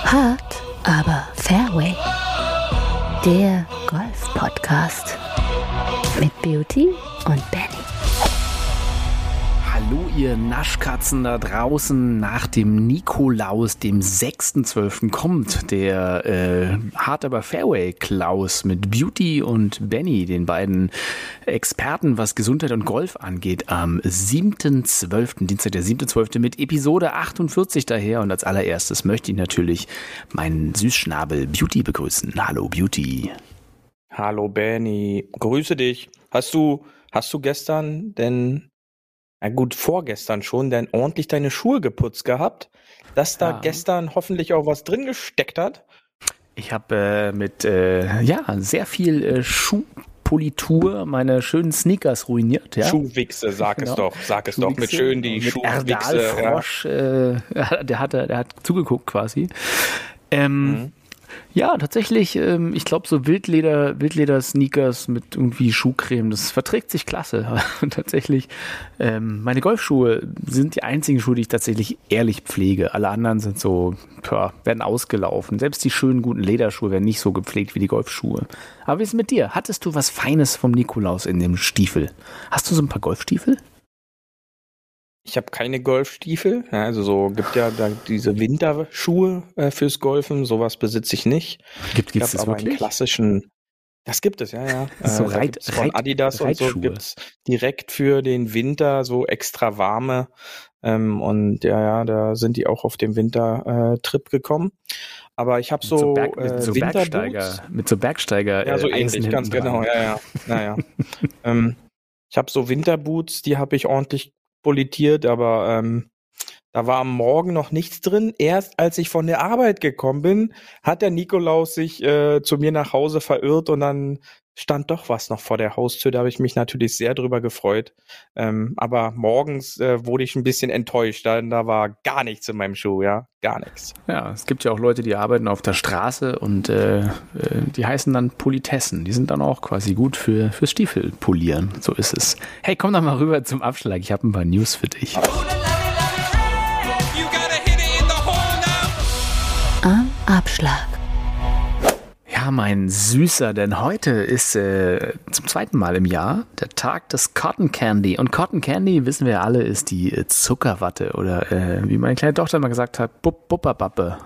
Hard, aber Fairway. Der Golf-Podcast mit Beauty und Benny. Hallo ihr Naschkatzen da draußen, nach dem Nikolaus, dem 6.12. kommt der Hard aber Fairway Klaus mit Beauty und Benny, den beiden Experten, was Gesundheit und Golf angeht, am 7.12., Dienstag der 7.12. mit Episode 48 daher. Und als allererstes möchte ich natürlich meinen Süßschnabel Beauty begrüßen. Hallo Beauty. Hallo Benny, grüße dich. Hast du gestern denn... Na gut, vorgestern schon, denn ordentlich deine Schuhe geputzt gehabt, dass da gestern hoffentlich auch was drin gesteckt hat? Ich habe mit sehr viel Schuhpolitur meine schönen Sneakers ruiniert. Ja? Schuhwichse, sag es doch, mit schön die mit Schuhwichse. Erdalfrosch, der hat zugeguckt quasi. Ja, tatsächlich, ich glaube so Wildleder-Sneakers mit irgendwie Schuhcreme, das verträgt sich klasse. Und tatsächlich, meine Golfschuhe sind die einzigen Schuhe, die ich tatsächlich ehrlich pflege. Alle anderen sind so, werden ausgelaufen. Selbst die schönen, guten Lederschuhe werden nicht so gepflegt wie die Golfschuhe. Aber wie ist es mit dir? Hattest du was Feines vom Nikolaus in dem Stiefel? Hast du so ein paar Golfstiefel? Ich habe keine Golfstiefel, also so gibt ja da diese Winterschuhe fürs Golfen, sowas besitze ich nicht. Gibt es das aber wirklich? Einen klassischen, das gibt es, ja. So von Adidas und so gibt's direkt für den Winter so extra warme und da sind die auch auf dem Wintertrip gekommen. Aber ich habe so Winterboots. Mit so Bergsteiger. Ja, so ähnlich, ganz genau, ja. Ich habe so Winterboots, die habe ich ordentlich politiert, aber da war am Morgen noch nichts drin. Erst als ich von der Arbeit gekommen bin, hat der Nikolaus sich zu mir nach Hause verirrt und dann stand doch was noch vor der Haustür. Da habe ich mich natürlich sehr drüber gefreut. Aber morgens wurde ich ein bisschen enttäuscht. Da war gar nichts in meinem Schuh, ja, gar nichts. Ja, es gibt ja auch Leute, die arbeiten auf der Straße und die heißen dann Politessen. Die sind dann auch quasi gut fürs Stiefel polieren. So ist es. Hey, komm doch mal rüber zum Abschlag. Ich habe ein paar News für dich. Am Abschlag. Ja, mein Süßer, denn heute ist zum zweiten Mal im Jahr der Tag des Cotton Candy. Und Cotton Candy, wissen wir alle, ist die Zuckerwatte oder wie meine kleine Tochter mal gesagt hat, Bupperpappe.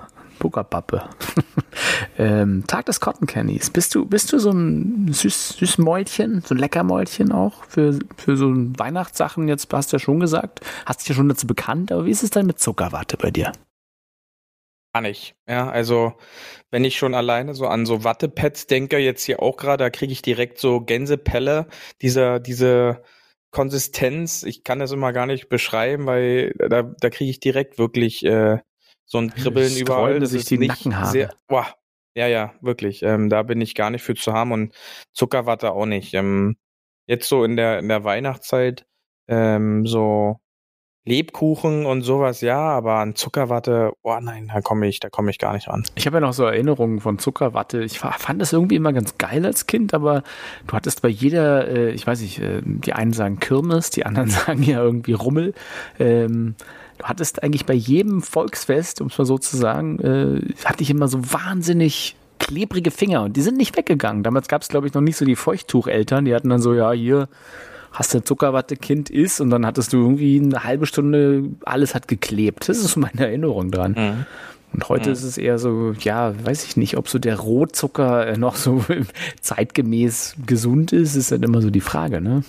Tag des Cotton Candies. Bist du so ein Süßmäulchen, so ein Leckermäulchen auch für so Weihnachtssachen? Jetzt hast du ja schon gesagt, hast dich ja schon dazu bekannt, aber wie ist es denn mit Zuckerwatte bei dir? Gar nicht. Ja, also wenn ich schon alleine so an so Wattepads denke, jetzt hier auch gerade, da kriege ich direkt so Gänsepelle, diese Konsistenz, ich kann das immer gar nicht beschreiben, weil da kriege ich direkt wirklich so ein Kribbeln überall. Das ist die Nackenhaare. Ja, wirklich. Da bin ich gar nicht für zu haben und Zuckerwatte auch nicht. Jetzt so in der Weihnachtszeit so Lebkuchen und sowas, ja, aber an Zuckerwatte, nein, da komme ich gar nicht ran. Ich habe ja noch so Erinnerungen von Zuckerwatte. Ich fand das irgendwie immer ganz geil als Kind, aber du hattest bei jeder, ich weiß nicht, die einen sagen Kirmes, die anderen sagen ja irgendwie Rummel. Du hattest eigentlich bei jedem Volksfest, um es mal so zu sagen, hatte ich immer so wahnsinnig klebrige Finger und die sind nicht weggegangen. Damals gab es, glaube ich, noch nicht so die Feuchttucheltern, die hatten dann so, ja, hier hast du Zuckerwatte, Kind isst und dann hattest du irgendwie eine halbe Stunde, alles hat geklebt. Das ist so meine Erinnerung dran. Mhm. Und heute ist es eher so, ja, weiß ich nicht, ob so der Rohzucker noch so zeitgemäß gesund ist halt immer so die Frage, ne?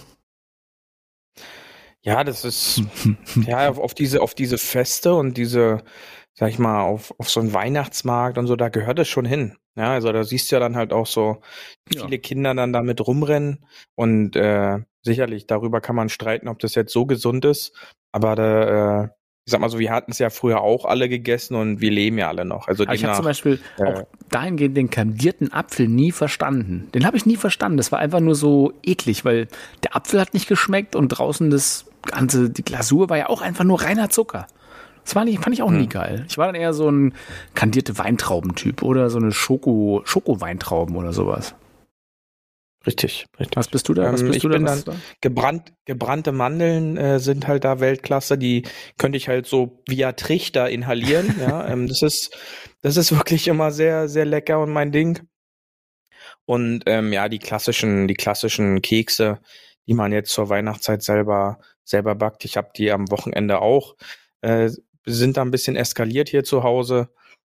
Ja, das ist, ja, auf diese Feste und diese, sag ich mal, auf so einen Weihnachtsmarkt und so, da gehört es schon hin. Ja, also da siehst du ja dann halt auch so viele Kinder dann damit rumrennen und sicherlich, darüber kann man streiten, ob das jetzt so gesund ist, aber ich sag mal so, wir hatten es ja früher auch alle gegessen und wir leben ja alle noch. Also ich habe zum Beispiel auch dahingehend den kandierten Apfel nie verstanden. Den habe ich nie verstanden. Das war einfach nur so eklig, weil der Apfel hat nicht geschmeckt und draußen die Glasur war ja auch einfach nur reiner Zucker. Das fand ich auch nie geil. Ich war dann eher so ein kandierte Weintraubentyp oder so eine Schoko-Weintrauben oder sowas. Richtig. Was bist du da? Ich bin dann gebrannte Mandeln sind halt da Weltklasse. Die könnte ich halt so via Trichter inhalieren. Ja, das ist wirklich immer sehr, sehr lecker und mein Ding. Und ja, die klassischen Kekse, die man jetzt zur Weihnachtszeit selber backt. Ich habe die am Wochenende auch. Sind da ein bisschen eskaliert hier zu Hause.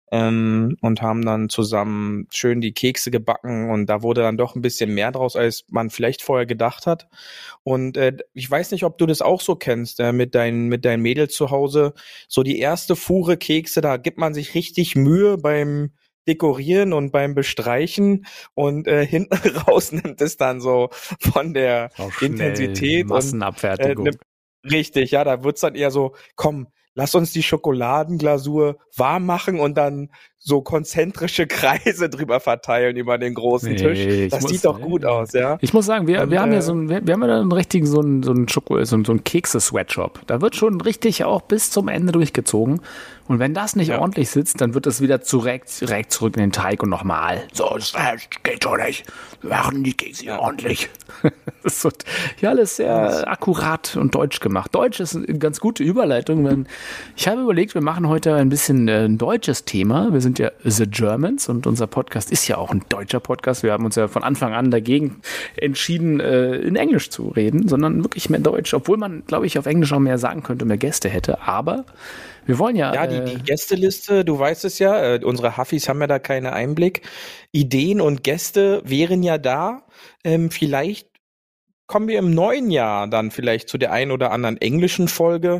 Und haben dann zusammen schön die Kekse gebacken und da wurde dann doch ein bisschen mehr draus, als man vielleicht vorher gedacht hat. Und ich weiß nicht, ob du das auch so kennst, mit deinen Mädels zu Hause. So die erste Fuhre Kekse, da gibt man sich richtig Mühe beim Dekorieren und beim Bestreichen und hinten raus nimmt es dann so von der Intensität Massenabfertigung. Richtig, ja, da wird's dann eher so, komm, lass uns die Schokoladenglasur warm machen und dann so konzentrische Kreise drüber verteilen über den großen Tisch. Das sieht doch gut aus, ja. Ich muss sagen, wir haben ja wir haben ja einen richtigen so einen Kekse-Sweatshop. Da wird schon richtig auch bis zum Ende durchgezogen. Und wenn das nicht ordentlich sitzt, dann wird das wieder direkt zurück in den Teig und nochmal. So, das geht doch nicht. Wir machen die Kekse ordentlich. Das ist so, ja, alles sehr akkurat und deutsch gemacht. Deutsch ist eine ganz gute Überleitung. Ich habe überlegt, wir machen heute ein bisschen ein deutsches Thema. Wir sind ja The Germans und unser Podcast ist ja auch ein deutscher Podcast. Wir haben uns ja von Anfang an dagegen entschieden, in Englisch zu reden, sondern wirklich mehr Deutsch. Obwohl man, glaube ich, auf Englisch auch mehr sagen könnte, mehr Gäste hätte. Aber wir wollen ja... Ja, die Gästeliste, du weißt es ja, unsere Huffis haben ja da keinen Einblick. Ideen und Gäste wären ja da. Vielleicht kommen wir im neuen Jahr dann vielleicht zu der ein oder anderen englischen Folge.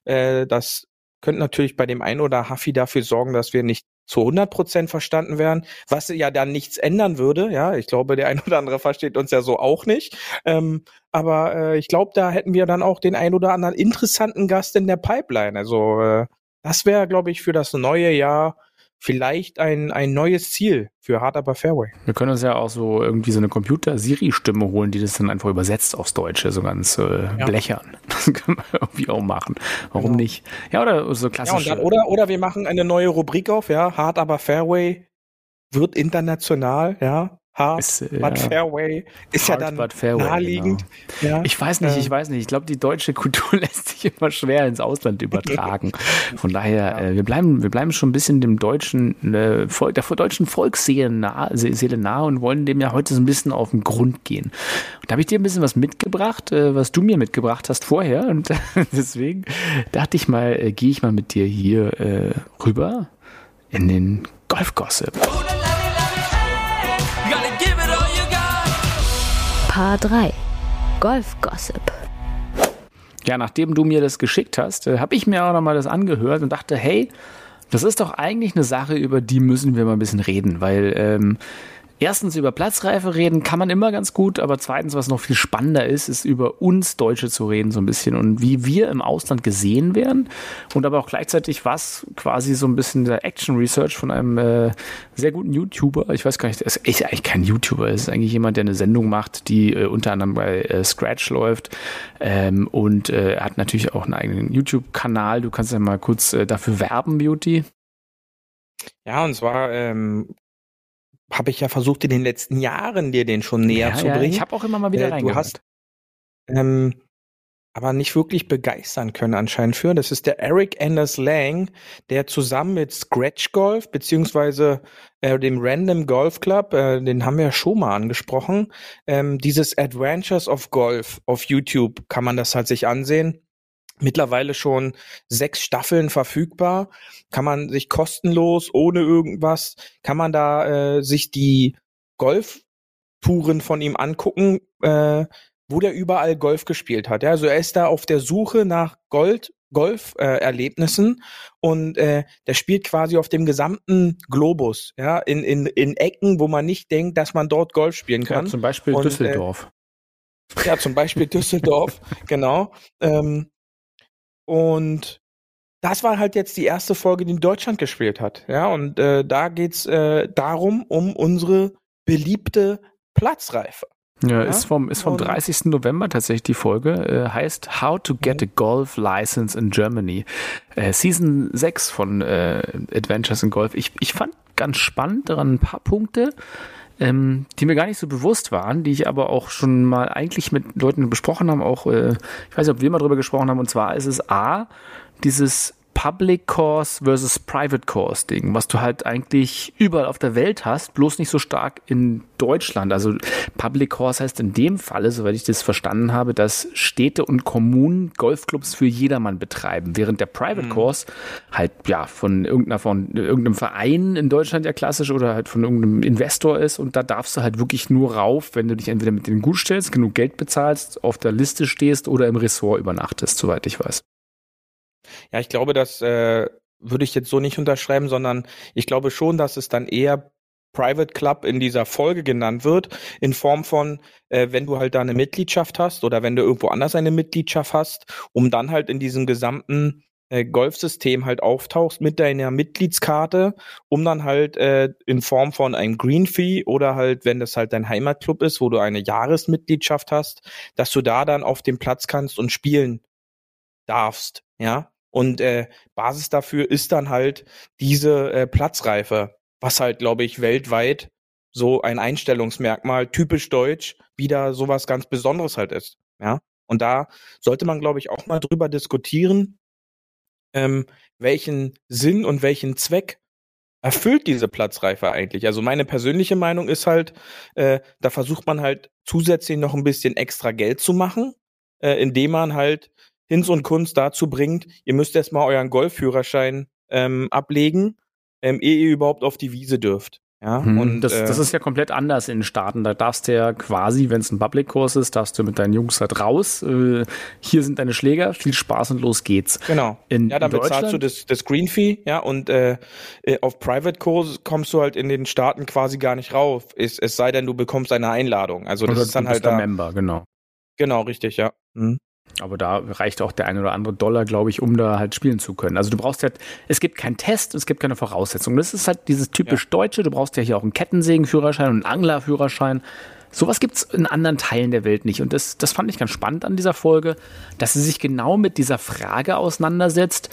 Das könnte natürlich bei dem einen oder Huffy dafür sorgen, dass wir nicht zu 100% verstanden werden, was ja dann nichts ändern würde. Ja, ich glaube, der ein oder andere versteht uns ja so auch nicht. Aber ich glaube, da hätten wir dann auch den ein oder anderen interessanten Gast in der Pipeline. Also das wäre, glaube ich, für das neue Jahr vielleicht ein neues Ziel für Hard Aber Fairway. Wir können uns ja auch so irgendwie so eine Computer-Siri-Stimme holen, die das dann einfach übersetzt aufs Deutsche, so ganz blechern. Das können wir irgendwie auch machen. Warum nicht? Ja, oder so klassisch. Ja, oder wir machen eine neue Rubrik auf, ja, Hard Aber Fairway wird international, ja. But Fairway ist ja dann naheliegend. Genau. Ja. Ich weiß nicht. Ich glaube, die deutsche Kultur lässt sich immer schwer ins Ausland übertragen. Von daher, wir bleiben schon ein bisschen dem deutschen der deutschen Volksseele nahe und wollen dem ja heute so ein bisschen auf den Grund gehen. Und da habe ich dir ein bisschen was mitgebracht, was du mir mitgebracht hast vorher. Und deswegen dachte ich mal, gehe ich mal mit dir hier rüber in den Golf-Gossip. Paar 3 Golf-Gossip. Ja, nachdem du mir das geschickt hast, habe ich mir auch nochmal das angehört und dachte, hey, das ist doch eigentlich eine Sache, über die müssen wir mal ein bisschen reden, weil erstens über Platzreife reden kann man immer ganz gut, aber zweitens, was noch viel spannender ist über uns Deutsche zu reden so ein bisschen und wie wir im Ausland gesehen werden und aber auch gleichzeitig was quasi so ein bisschen der Action-Research von einem sehr guten YouTuber, ich weiß gar nicht, er ist eigentlich kein YouTuber, er ist eigentlich jemand, der eine Sendung macht, die unter anderem bei Scratch läuft und er hat natürlich auch einen eigenen YouTube-Kanal, du kannst ja mal kurz dafür werben, Beauty. Ja, und zwar habe ich ja versucht, in den letzten Jahren dir den schon näher zu bringen. Ich habe auch immer mal wieder reingehört. Du hast aber nicht wirklich begeistern können anscheinend für. Das ist der Eric Anders Lang, der zusammen mit Scratch Golf beziehungsweise dem Random Golf Club, den haben wir ja schon mal angesprochen, dieses Adventures of Golf auf YouTube kann man das halt sich ansehen. Mittlerweile schon 6 Staffeln verfügbar, kann man sich kostenlos, ohne irgendwas, kann man da sich die Golftouren von ihm angucken, wo der überall Golf gespielt hat. Ja, also er ist da auf der Suche nach Golf-Erlebnissen und der spielt quasi auf dem gesamten Globus, ja, in Ecken, wo man nicht denkt, dass man dort Golf spielen kann. Ja, zum Beispiel Düsseldorf. Zum Beispiel Düsseldorf, genau. Und das war halt jetzt die erste Folge, die in Deutschland gespielt hat. Ja, und da geht's darum, um unsere beliebte Platzreife. Ja, ist vom 30. November tatsächlich die Folge. Heißt How to Get a Golf License in Germany. Season 6 von Adventures in Golf. Ich fand ganz spannend daran ein paar Punkte. die mir gar nicht so bewusst waren, die ich aber auch schon mal eigentlich mit Leuten besprochen habe, auch, ich weiß nicht, ob wir mal drüber gesprochen haben, und zwar ist es dieses Public Course versus Private Course Ding, was du halt eigentlich überall auf der Welt hast, bloß nicht so stark in Deutschland. Also Public Course heißt in dem Falle, soweit ich das verstanden habe, dass Städte und Kommunen Golfclubs für jedermann betreiben, während der Private Course halt von irgendeinem Verein in Deutschland ja klassisch oder halt von irgendeinem Investor ist, und da darfst du halt wirklich nur rauf, wenn du dich entweder mit denen gut stellst, genug Geld bezahlst, auf der Liste stehst oder im Ressort übernachtest, soweit ich weiß. Ja, ich glaube, das würde ich jetzt so nicht unterschreiben, sondern ich glaube schon, dass es dann eher Private Club in dieser Folge genannt wird, in Form von, wenn du halt da eine Mitgliedschaft hast oder wenn du irgendwo anders eine Mitgliedschaft hast, um dann halt in diesem gesamten Golfsystem halt auftauchst mit deiner Mitgliedskarte, um dann halt in Form von einem Green Fee oder halt, wenn das halt dein Heimatclub ist, wo du eine Jahresmitgliedschaft hast, dass du da dann auf dem Platz kannst und spielen darfst, ja. Und Basis dafür ist dann halt diese Platzreife, was halt, glaube ich, weltweit so ein Einstellungsmerkmal, typisch deutsch, wieder sowas ganz Besonderes halt ist. Ja. Und da sollte man, glaube ich, auch mal drüber diskutieren, welchen Sinn und welchen Zweck erfüllt diese Platzreife eigentlich. Also meine persönliche Meinung ist halt, da versucht man halt zusätzlich noch ein bisschen extra Geld zu machen, indem man halt Hinz und Kunst dazu bringt, ihr müsst erstmal euren Golfführerschein ablegen, ehe ihr überhaupt auf die Wiese dürft. Ja, und das ist ja komplett anders in den Staaten. Da darfst du ja quasi, wenn es ein Public-Kurs ist, darfst du mit deinen Jungs halt raus. Hier sind deine Schläger, viel Spaß und los geht's. Genau. Dann bezahlst du das Green Fee, ja, und auf Private-Kurs kommst du halt in den Staaten quasi gar nicht rauf. Es sei denn, du bekommst eine Einladung. Also das ist dann halt der Member, genau. Genau, richtig, ja. Mhm. Aber da reicht auch der ein oder andere Dollar, glaube ich, um da halt spielen zu können. Also du brauchst halt, es gibt keinen Test, es gibt keine Voraussetzungen. Das ist halt dieses typisch Deutsche. Du brauchst ja hier auch einen Kettensägenführerschein und einen Anglerführerschein. Sowas gibt's in anderen Teilen der Welt nicht. Und das fand ich ganz spannend an dieser Folge, dass sie sich genau mit dieser Frage auseinandersetzt.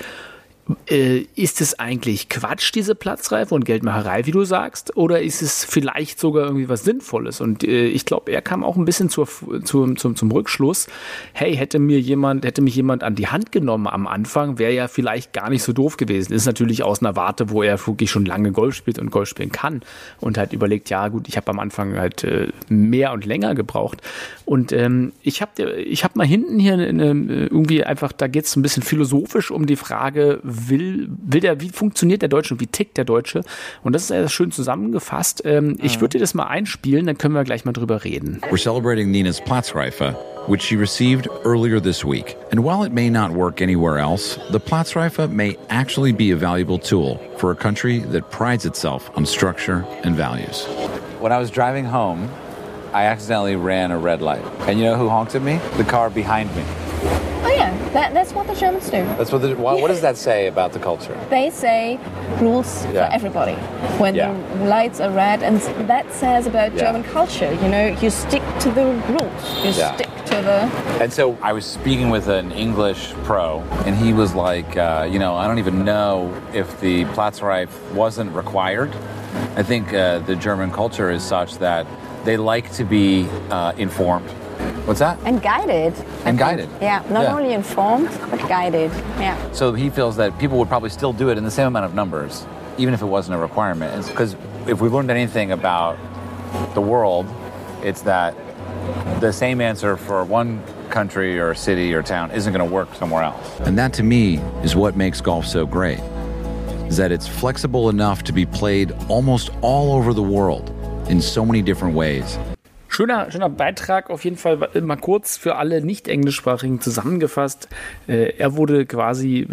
Ist es eigentlich Quatsch, diese Platzreife und Geldmacherei, wie du sagst, oder ist es vielleicht sogar irgendwie was Sinnvolles? Und ich glaube, er kam auch ein bisschen zum Rückschluss, hey, hätte mich jemand an die Hand genommen am Anfang, wäre ja vielleicht gar nicht so doof gewesen. Ist natürlich aus einer Warte, wo er wirklich schon lange Golf spielt und Golf spielen kann und halt überlegt, ja gut, ich habe am Anfang halt mehr und länger gebraucht. Und ich hab mal hinten hier irgendwie einfach, da geht es ein bisschen philosophisch um die Frage, wie funktioniert der Deutsche und wie tickt der Deutsche? Und das ist schön zusammengefasst. Ich würde dir das mal einspielen, dann können wir gleich mal drüber reden. We're celebrating Nina's Platzreife, which she received earlier this week. And while it may not work anywhere else, the Platzreife may actually be a valuable tool for a country that prides itself on structure and values. When I was driving home, I accidentally ran a red light. And you know who honked at me? The car behind me. Oh yeah, that's what the Germans do. What does that say about the culture? They say rules for everybody. When the lights are red, and that says about German culture. You know, you stick to the rules. You stick to the... And so I was speaking with an English pro, and he was like, I don't even know if the Platzreife wasn't required. I think the German culture is such that they like to be informed. What's that? And guided. Guided. Yeah, not only informed, but guided. Yeah. So he feels that people would probably still do it in the same amount of numbers, even if it wasn't a requirement. Because if we've learned anything about the world, it's that the same answer for one country or city or town isn't going to work somewhere else. And that to me is what makes golf so great, is that it's flexible enough to be played almost all over the world in so many different ways. Schöner Beitrag, auf jeden Fall mal kurz für alle Nicht-Englischsprachigen zusammengefasst. Er wurde quasi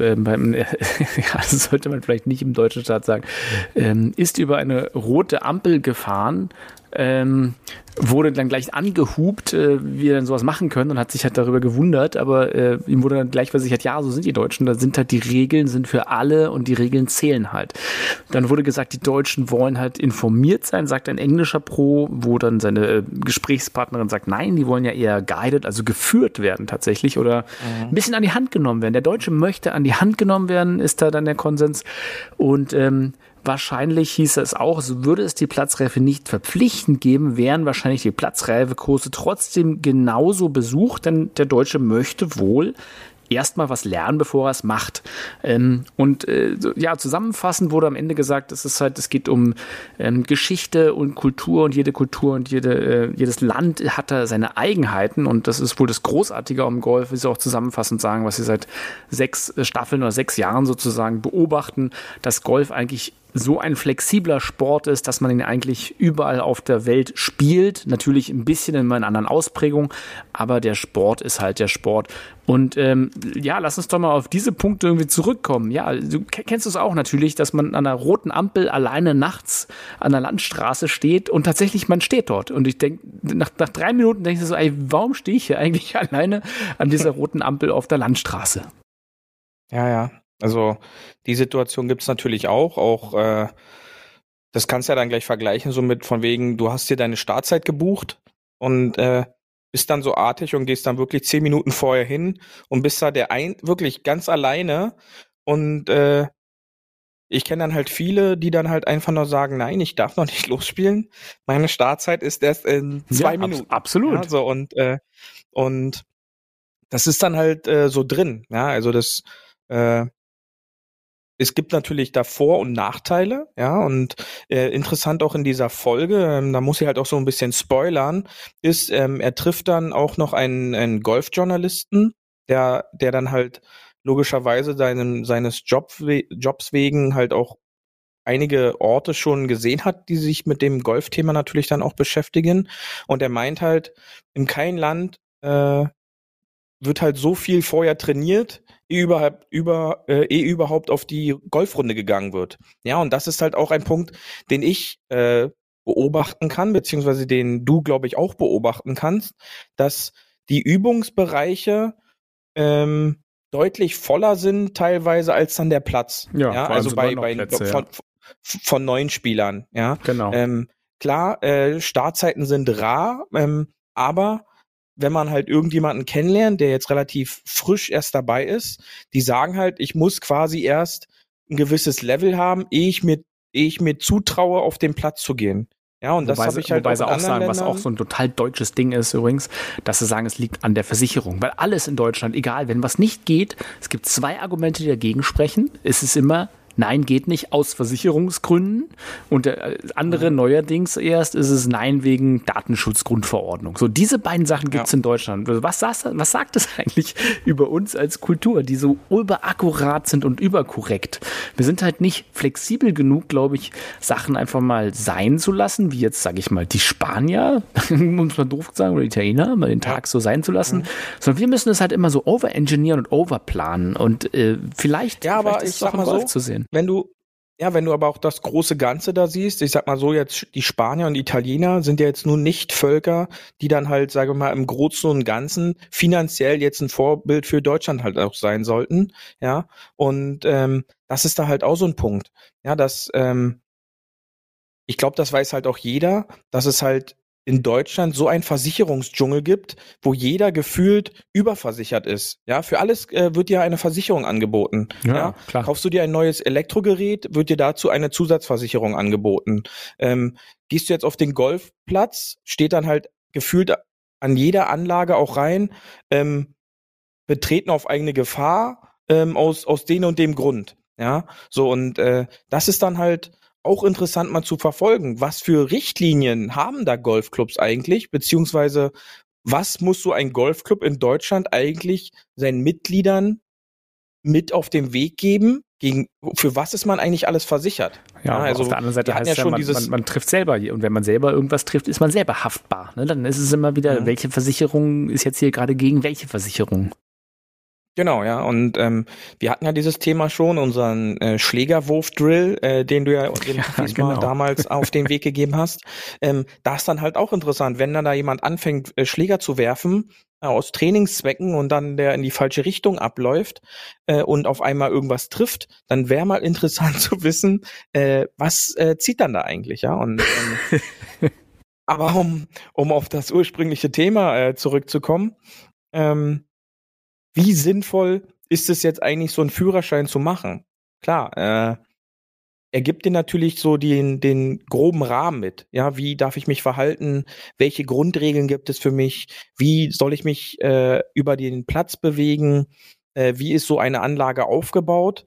das sollte man vielleicht nicht im deutschen Staat sagen, ist über eine rote Ampel gefahren, wurde dann gleich angehupt, wie er dann sowas machen können und hat sich halt darüber gewundert, aber ihm wurde dann gleich versichert, ja, so sind die Deutschen, da sind halt die Regeln, sind für alle und die Regeln zählen halt. Dann wurde gesagt, die Deutschen wollen halt informiert sein, sagt ein englischer Pro, wo dann seine Gesprächspartnerin sagt, nein, die wollen ja eher guided, also geführt werden tatsächlich oder ein bisschen an die Hand genommen werden. Der Deutsche möchte an die Hand genommen werden, ist da dann der Konsens und wahrscheinlich hieß es auch, so würde es die Platzreife nicht verpflichtend geben, wären wahrscheinlich die Platzreifekurse trotzdem genauso besucht, denn der Deutsche möchte wohl erstmal was lernen, bevor er es macht. Zusammenfassend wurde am Ende gesagt, es geht um Geschichte und Kultur und jede Kultur und jedes Land hat da seine Eigenheiten und das ist wohl das Großartige am Golf, wie sie auch zusammenfassend sagen, was sie seit 6 Staffeln oder 6 Jahren sozusagen beobachten, dass Golf eigentlich so ein flexibler Sport ist, dass man ihn eigentlich überall auf der Welt spielt. Natürlich ein bisschen in einer anderen Ausprägung, aber der Sport ist halt der Sport. Und lass uns doch mal auf diese Punkte irgendwie zurückkommen. Ja, du kennst es auch natürlich, dass man an einer roten Ampel alleine nachts an der Landstraße steht und tatsächlich man steht dort. Und ich denke, nach 3 Minuten denkst du so, ey, warum stehe ich hier eigentlich alleine an dieser roten Ampel auf der Landstraße? Ja. Also die Situation gibt's natürlich auch, das kannst du ja dann gleich vergleichen, so mit von wegen, du hast dir deine Startzeit gebucht und bist dann so artig und gehst dann wirklich 10 Minuten vorher hin und bist da wirklich ganz alleine und ich kenne dann halt viele, die dann halt einfach nur sagen, nein, ich darf noch nicht losspielen, meine Startzeit ist erst in 2 Minuten. Absolut. Ja, so und das ist dann halt so drin, ja, also das es gibt natürlich da Vor- und Nachteile, ja, und interessant auch in dieser Folge, da muss ich halt auch so ein bisschen spoilern, ist, er trifft dann auch noch einen Golfjournalisten, der dann halt logischerweise seines Jobs wegen halt auch einige Orte schon gesehen hat, die sich mit dem Golfthema natürlich dann auch beschäftigen. Und er meint halt, in keinem Land wird halt so viel vorher trainiert, ehe überhaupt auf die Golfrunde gegangen wird. Ja, und das ist halt auch ein Punkt, den ich beobachten kann, beziehungsweise den du, glaube ich, auch beobachten kannst, dass die Übungsbereiche deutlich voller sind teilweise als dann der Platz. Ja, also von neuen Spielern. Ja, genau. Klar, Startzeiten sind rar, aber wenn man halt irgendjemanden kennenlernt, der jetzt relativ frisch erst dabei ist, die sagen halt, ich muss quasi erst ein gewisses Level haben, ehe ich mir zutraue, auf den Platz zu gehen. Ja, und das habe ich halt auch sagen, was auch so ein total deutsches Ding ist übrigens, dass sie sagen, es liegt an der Versicherung. Weil alles in Deutschland, egal, wenn was nicht geht, es gibt 2 Argumente, die dagegen sprechen. Es ist immer, nein, geht nicht aus Versicherungsgründen. Und der andere neuerdings erst ist es nein wegen Datenschutzgrundverordnung. So, diese beiden Sachen gibt es in Deutschland. Was sagt das eigentlich über uns als Kultur, die so überakkurat sind und überkorrekt? Wir sind halt nicht flexibel genug, glaube ich, Sachen einfach mal sein zu lassen, wie jetzt, sage ich mal, die Spanier, um es mal doof zu sagen, oder Italiener, mal den Tag so sein zu lassen. Sondern wir müssen es halt immer so overengineeren und overplanen. Und vielleicht aber ist es auch im Golf zu sehen. Wenn du aber auch das große Ganze da siehst, ich sag mal so, jetzt die Spanier und Italiener sind ja jetzt nun nicht Völker, die dann halt, sage ich mal, im Großen und Ganzen finanziell jetzt ein Vorbild für Deutschland halt auch sein sollten, ja, und das ist da halt auch so ein Punkt, ja, dass ich glaube, das weiß halt auch jeder, dass es halt in Deutschland so ein Versicherungsdschungel gibt, wo jeder gefühlt überversichert ist. Ja, für alles wird dir eine Versicherung angeboten. Ja, klar. Kaufst du dir ein neues Elektrogerät, wird dir dazu eine Zusatzversicherung angeboten. Gehst du jetzt auf den Golfplatz, steht dann halt gefühlt an jeder Anlage auch rein, betreten auf eigene Gefahr, aus dem und dem Grund. Ja, so, und das ist dann halt auch interessant mal zu verfolgen. Was für Richtlinien haben da Golfclubs eigentlich? Beziehungsweise was muss so ein Golfclub in Deutschland eigentlich seinen Mitgliedern mit auf den Weg geben? Für was ist man eigentlich alles versichert? Ja, also auf der anderen Seite heißt ja schon, man trifft selber. Und wenn man selber irgendwas trifft, ist man selber haftbar. Ne? Dann ist es immer wieder, welche Versicherung ist jetzt hier gerade gegen welche Versicherung? Genau, ja, und wir hatten ja dieses Thema schon, unseren Schlägerwurf-Drill, den du ja diesmal damals auf den Weg gegeben hast. Da ist dann halt auch interessant, wenn dann da jemand anfängt, Schläger zu werfen, aus Trainingszwecken und dann der in die falsche Richtung abläuft und auf einmal irgendwas trifft, dann wäre mal interessant zu wissen, was zieht dann da eigentlich, ja, und aber um auf das ursprüngliche Thema zurückzukommen, wie sinnvoll ist es jetzt eigentlich, so einen Führerschein zu machen? Klar, er gibt dir natürlich so den groben Rahmen mit. Ja, wie darf ich mich verhalten? Welche Grundregeln gibt es für mich? Wie soll ich mich über den Platz bewegen? Wie ist so eine Anlage aufgebaut?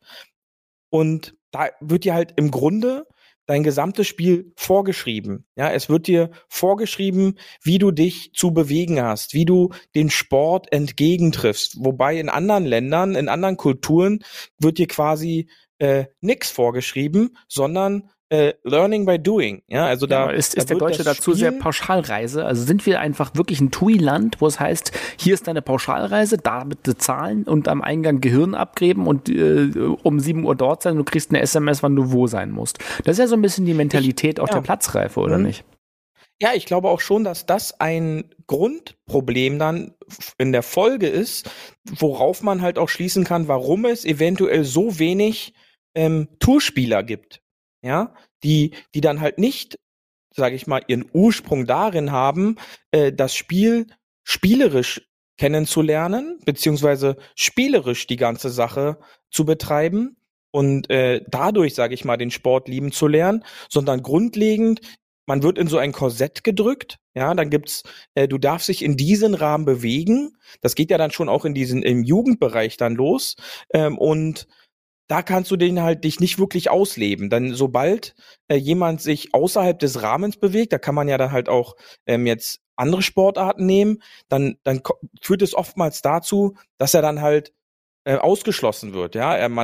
Und da wird dir halt im Grunde dein gesamtes Spiel vorgeschrieben. Ja, es wird dir vorgeschrieben, wie du dich zu bewegen hast, wie du den Sport entgegentriffst. Wobei in anderen Ländern, in anderen Kulturen wird dir quasi nichts vorgeschrieben, sondern Learning by Doing. Ja, also da ist der Deutsche dazu sehr Pauschalreise. Also sind wir einfach wirklich ein TUI-Land, wo es heißt, hier ist deine Pauschalreise, da bitte zahlen und am Eingang Gehirn abgeben und um 7 Uhr dort sein, du kriegst eine SMS, wann du wo sein musst. Das ist ja so ein bisschen die Mentalität der Platzreife, oder nicht? Ja, ich glaube auch schon, dass das ein Grundproblem dann in der Folge ist, worauf man halt auch schließen kann, warum es eventuell so wenig Tourspieler gibt. Ja, die dann halt nicht, sage ich mal, ihren Ursprung darin haben, das Spiel spielerisch kennenzulernen, beziehungsweise spielerisch die ganze Sache zu betreiben und dadurch, sage ich mal, den Sport lieben zu lernen, sondern grundlegend, man wird in so ein Korsett gedrückt, ja, dann gibt's, du darfst dich in diesen Rahmen bewegen, das geht ja dann schon auch im Jugendbereich dann los, und da kannst du dich nicht wirklich ausleben. Denn sobald jemand sich außerhalb des Rahmens bewegt, da kann man ja dann halt auch jetzt andere Sportarten nehmen, dann führt es oftmals dazu, dass er dann halt ausgeschlossen wird. Ja, wenn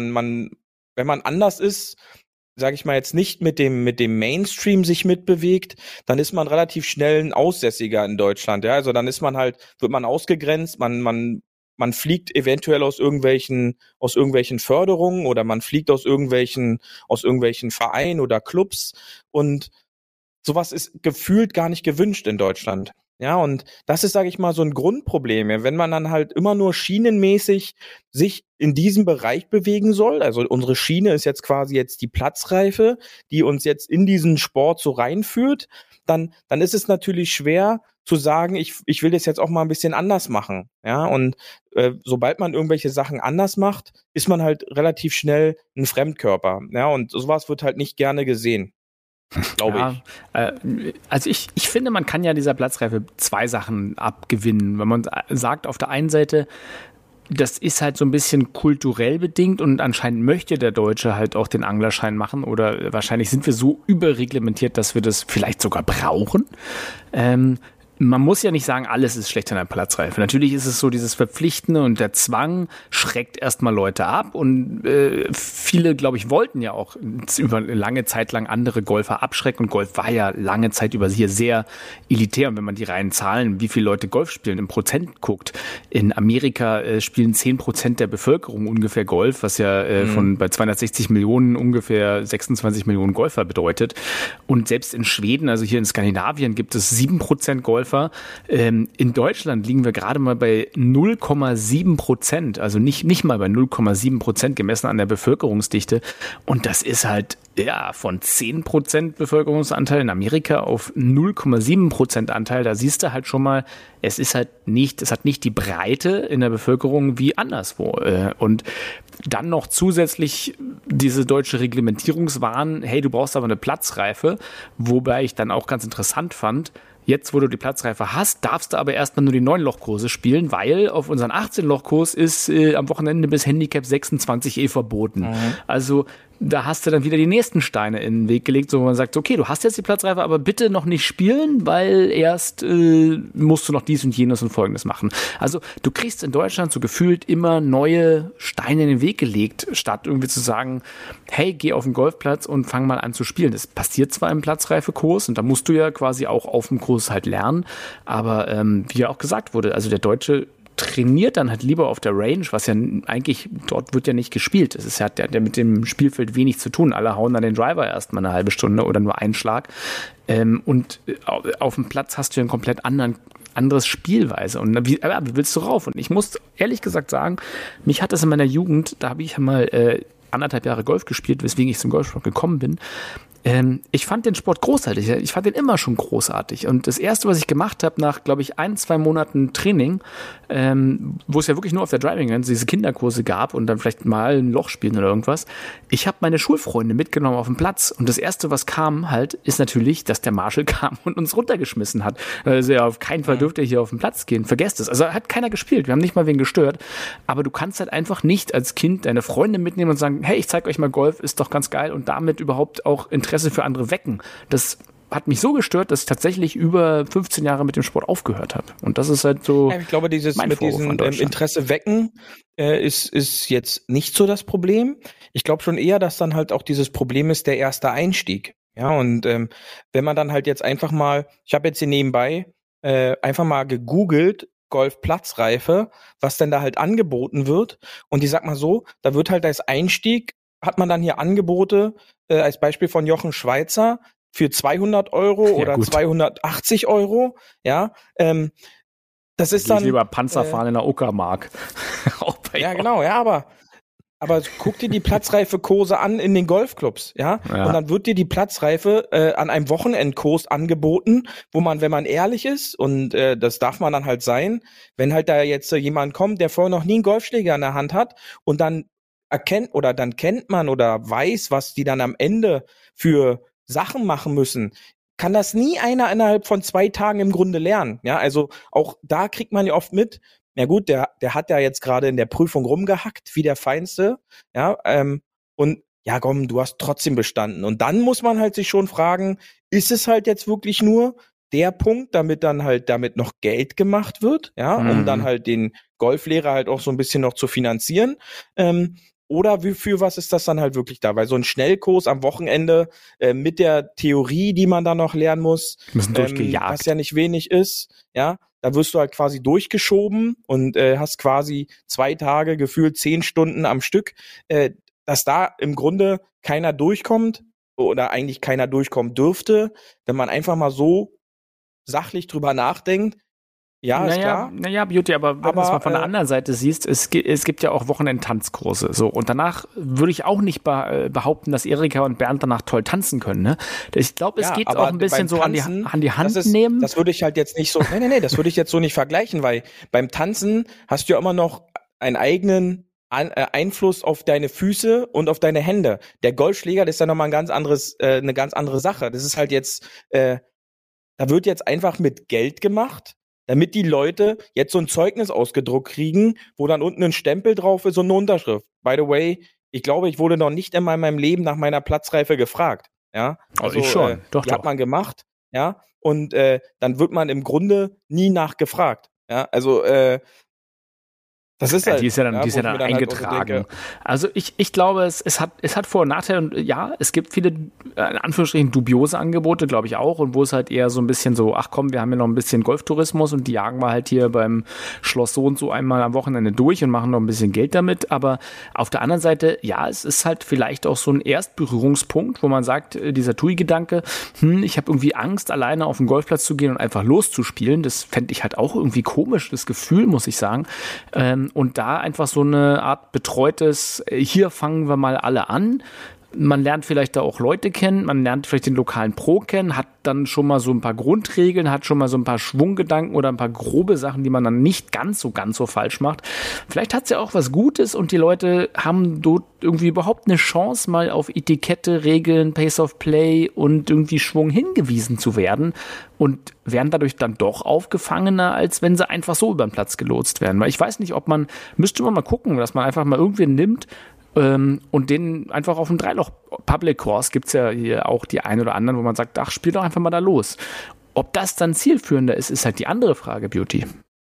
man anders ist, sage ich mal jetzt nicht mit dem Mainstream sich mitbewegt, dann ist man relativ schnell ein Aussässiger in Deutschland. Ja, also dann wird man ausgegrenzt, man fliegt eventuell aus irgendwelchen Förderungen oder man fliegt aus irgendwelchen Vereinen oder Clubs und sowas ist gefühlt gar nicht gewünscht in Deutschland. Ja, und das ist, sage ich mal, so ein Grundproblem. Ja, wenn man dann halt immer nur schienenmäßig sich in diesem Bereich bewegen soll, also unsere Schiene ist jetzt quasi die Platzreife, die uns jetzt in diesen Sport so reinführt, dann ist es natürlich schwer zu sagen, ich will das jetzt auch mal ein bisschen anders machen. Ja, und sobald man irgendwelche Sachen anders macht, ist man halt relativ schnell ein Fremdkörper. Ja, und sowas wird halt nicht gerne gesehen. Glaube ich. Also ich finde, man kann ja dieser Platzreife 2 Sachen abgewinnen. Wenn man sagt, auf der einen Seite, das ist halt so ein bisschen kulturell bedingt und anscheinend möchte der Deutsche halt auch den Anglerschein machen oder wahrscheinlich sind wir so überreglementiert, dass wir das vielleicht sogar brauchen. Man muss ja nicht sagen, alles ist schlecht an der Platzreife. Natürlich ist es so, dieses Verpflichtende und der Zwang schreckt erstmal Leute ab und viele, glaube ich, wollten ja auch über lange Zeit lang andere Golfer abschrecken und Golf war ja lange Zeit über hier sehr elitär und wenn man die reinen Zahlen, wie viele Leute Golf spielen, im Prozent guckt, in Amerika spielen 10% der Bevölkerung ungefähr Golf, was ja bei 260 Millionen ungefähr 26 Millionen Golfer bedeutet und selbst in Schweden, also hier in Skandinavien gibt es 7% Golfer. In Deutschland liegen wir gerade mal bei 0,7%, also nicht mal bei 0,7% gemessen an der Bevölkerungsdichte. Und das ist halt von 10% Bevölkerungsanteil in Amerika auf 0,7% Anteil. Da siehst du halt schon mal, es hat nicht die Breite in der Bevölkerung wie anderswo. Und dann noch zusätzlich diese deutsche Reglementierungswahn, hey, du brauchst aber eine Platzreife, wobei ich dann auch ganz interessant fand, jetzt, wo du die Platzreife hast, darfst du aber erstmal nur die 9-Loch-Kurse spielen, weil auf unseren 18-Loch-Kurs ist am Wochenende bis Handicap 26 verboten. Also da hast du dann wieder die nächsten Steine in den Weg gelegt, wo man sagt, okay, du hast jetzt die Platzreife, aber bitte noch nicht spielen, weil erst musst du noch dies und jenes und Folgendes machen. Also du kriegst in Deutschland so gefühlt immer neue Steine in den Weg gelegt, statt irgendwie zu sagen, hey, geh auf den Golfplatz und fang mal an zu spielen. Das passiert zwar im Platzreifekurs und da musst du ja quasi auch auf dem Kurs halt lernen, aber wie ja auch gesagt wurde, also der Deutsche trainiert dann halt lieber auf der Range, was ja eigentlich, dort wird ja nicht gespielt. Es ist ja mit dem Spielfeld wenig zu tun. Alle hauen dann den Driver erstmal eine halbe Stunde oder nur einen Schlag. Und auf dem Platz hast du ja ein komplett anderes Spielweise. Und wie willst du rauf? Und ich muss ehrlich gesagt sagen, mich hat das in meiner Jugend, da habe ich ja mal 1,5 Jahre Golf gespielt, weswegen ich zum Golfsport gekommen bin. Ich fand den Sport großartig. Ich fand den immer schon großartig. Und das Erste, was ich gemacht habe, nach, glaube ich, 1-2 Monaten Training, wo es ja wirklich nur auf der Driving Range diese Kinderkurse gab und dann vielleicht mal ein Loch spielen oder irgendwas, ich habe meine Schulfreunde mitgenommen auf den Platz. Und das Erste, was kam halt, ist natürlich, dass der Marshall kam und uns runtergeschmissen hat. Also ja, auf keinen Fall dürft ihr hier auf den Platz gehen. Vergesst es. Also hat keiner gespielt. Wir haben nicht mal wen gestört. Aber du kannst halt einfach nicht als Kind deine Freunde mitnehmen und sagen, hey, ich zeig euch mal Golf, ist doch ganz geil, und damit überhaupt auch Interesse für andere wecken. Das hat mich so gestört, dass ich tatsächlich über 15 Jahre mit dem Sport aufgehört habe. Und das ist halt so. Ja, ich glaube, dieses mit diesem Interesse wecken ist jetzt nicht so das Problem. Ich glaube schon eher, dass dann halt auch dieses Problem ist, der erste Einstieg. Ja, und wenn man dann halt jetzt einfach mal, ich habe jetzt hier nebenbei einfach mal gegoogelt, Golfplatzreife, was denn da halt angeboten wird. Und ich sag mal so, da wird halt als Einstieg, hat man dann hier Angebote, als Beispiel von Jochen Schweizer, für 200 Euro oder gut. 280 Euro, ja, das ist dann. Lieber Panzer fahren in der Uckermark. Ja, genau, ja, aber guck dir die Platzreife-Kurse an in den Golfclubs, ja? Und dann wird dir die Platzreife an einem Wochenendkurs angeboten, wo man, wenn man ehrlich ist, und das darf man dann halt sein, wenn halt da jetzt jemand kommt, der vorher noch nie einen Golfschläger in der Hand hat und dann kennt man oder weiß, was die dann am Ende für Sachen machen müssen, kann das nie einer innerhalb von 2 Tagen im Grunde lernen. Ja, also auch da kriegt man ja oft mit, ja gut, der hat ja jetzt gerade in der Prüfung rumgehackt, wie der Feinste, ja, und ja komm, du hast trotzdem bestanden. Und dann muss man halt sich schon fragen, ist es halt jetzt wirklich nur der Punkt, damit noch Geld gemacht wird, ja, um dann halt den Golflehrer halt auch so ein bisschen noch zu finanzieren, oder für was ist das dann halt wirklich da? Weil so ein Schnellkurs am Wochenende mit der Theorie, die man dann noch lernen muss, was ja nicht wenig ist, ja, da wirst du halt quasi durchgeschoben und hast quasi 2 Tage gefühlt 10 Stunden am Stück, dass da im Grunde keiner durchkommt oder eigentlich keiner durchkommen dürfte, wenn man einfach mal so sachlich drüber nachdenkt. Ja, ist klar. Naja, Beauty, aber wenn du es mal von der anderen Seite siehst, es gibt ja auch Wochenend-Tanzkurse. So, und danach würde ich auch nicht behaupten, dass Erika und Bernd danach toll tanzen können. Ne? Ich glaube, es geht auch ein bisschen so Tanzen, an die Hand nehmen. Das würde ich halt jetzt nicht so, nee, das würde ich jetzt so nicht vergleichen, weil beim Tanzen hast du ja immer noch einen eigenen Einfluss auf deine Füße und auf deine Hände. Der Golfschläger, das ist ja nochmal eine ganz andere Sache. Das ist halt jetzt, da wird jetzt einfach mit Geld gemacht, damit die Leute jetzt so ein Zeugnis ausgedruckt kriegen, wo dann unten ein Stempel drauf ist und eine Unterschrift. By the way, ich glaube, ich wurde noch nicht einmal in meinem Leben nach meiner Platzreife gefragt. Ja, also ich schon. Die hat man gemacht, ja, und dann wird man im Grunde nie nachgefragt. Ja, also das ist halt, die ist ja dann eingetragen. Halt also ich glaube, es hat Vor- und Nachteile, und ja, es gibt viele, in Anführungsstrichen, dubiose Angebote, glaube ich auch, und wo es halt eher so ein bisschen so, ach komm, wir haben ja noch ein bisschen Golftourismus und die jagen wir halt hier beim Schloss so und so einmal am Wochenende durch und machen noch ein bisschen Geld damit, aber auf der anderen Seite, ja, es ist halt vielleicht auch so ein Erstberührungspunkt, wo man sagt, dieser TUI-Gedanke, ich habe irgendwie Angst, alleine auf den Golfplatz zu gehen und einfach loszuspielen, das fände ich halt auch irgendwie komisch, das Gefühl, muss ich sagen, und da einfach so eine Art betreutes, hier fangen wir mal alle an. Man lernt vielleicht da auch Leute kennen, man lernt vielleicht den lokalen Pro kennen, hat dann schon mal so ein paar Grundregeln, hat schon mal so ein paar Schwunggedanken oder ein paar grobe Sachen, die man dann nicht ganz so falsch macht. Vielleicht hat es ja auch was Gutes und die Leute haben dort irgendwie überhaupt eine Chance, mal auf Etikette, Regeln, Pace of Play und irgendwie Schwung hingewiesen zu werden und werden dadurch dann doch aufgefangener, als wenn sie einfach so über den Platz gelotst werden. Weil ich weiß nicht, müsste man mal gucken, dass man einfach mal irgendwen nimmt, und den einfach auf dem 3-Loch Public Course gibt's ja hier auch die ein oder anderen, wo man sagt, ach, spiel doch einfach mal da los. Ob das dann zielführender ist halt die andere Frage, Beauty.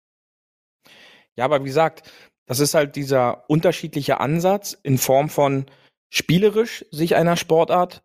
Ja, aber wie gesagt, das ist halt dieser unterschiedliche Ansatz in Form von spielerisch sich einer Sportart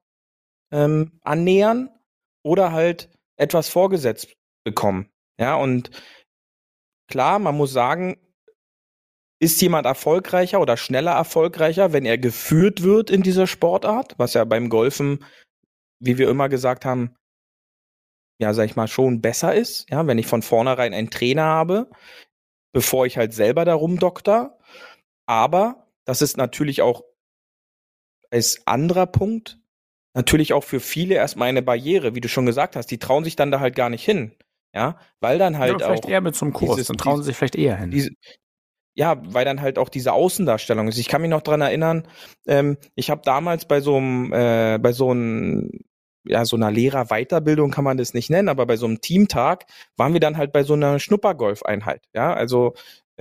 annähern oder halt etwas vorgesetzt bekommen. Ja, und klar, man muss sagen, ist jemand erfolgreicher oder schneller erfolgreicher, wenn er geführt wird in dieser Sportart, was ja beim Golfen, wie wir immer gesagt haben, ja, sag ich mal, schon besser ist, ja, wenn ich von vornherein einen Trainer habe, bevor ich halt selber da rumdokter. Aber das ist natürlich auch als anderer Punkt natürlich auch für viele erstmal eine Barriere, wie du schon gesagt hast. Die trauen sich dann da halt gar nicht hin. Ja, weil dann halt ja, vielleicht auch eher mit so einem Kurs, dann trauen sie sich vielleicht eher hin. Weil dann halt auch diese Außendarstellung ist. Ich kann mich noch dran erinnern, ich habe damals bei so einer Lehrerweiterbildung kann man das nicht nennen, aber bei so einem Teamtag waren wir dann halt bei so einer Schnuppergolf-Einheit. Ja, also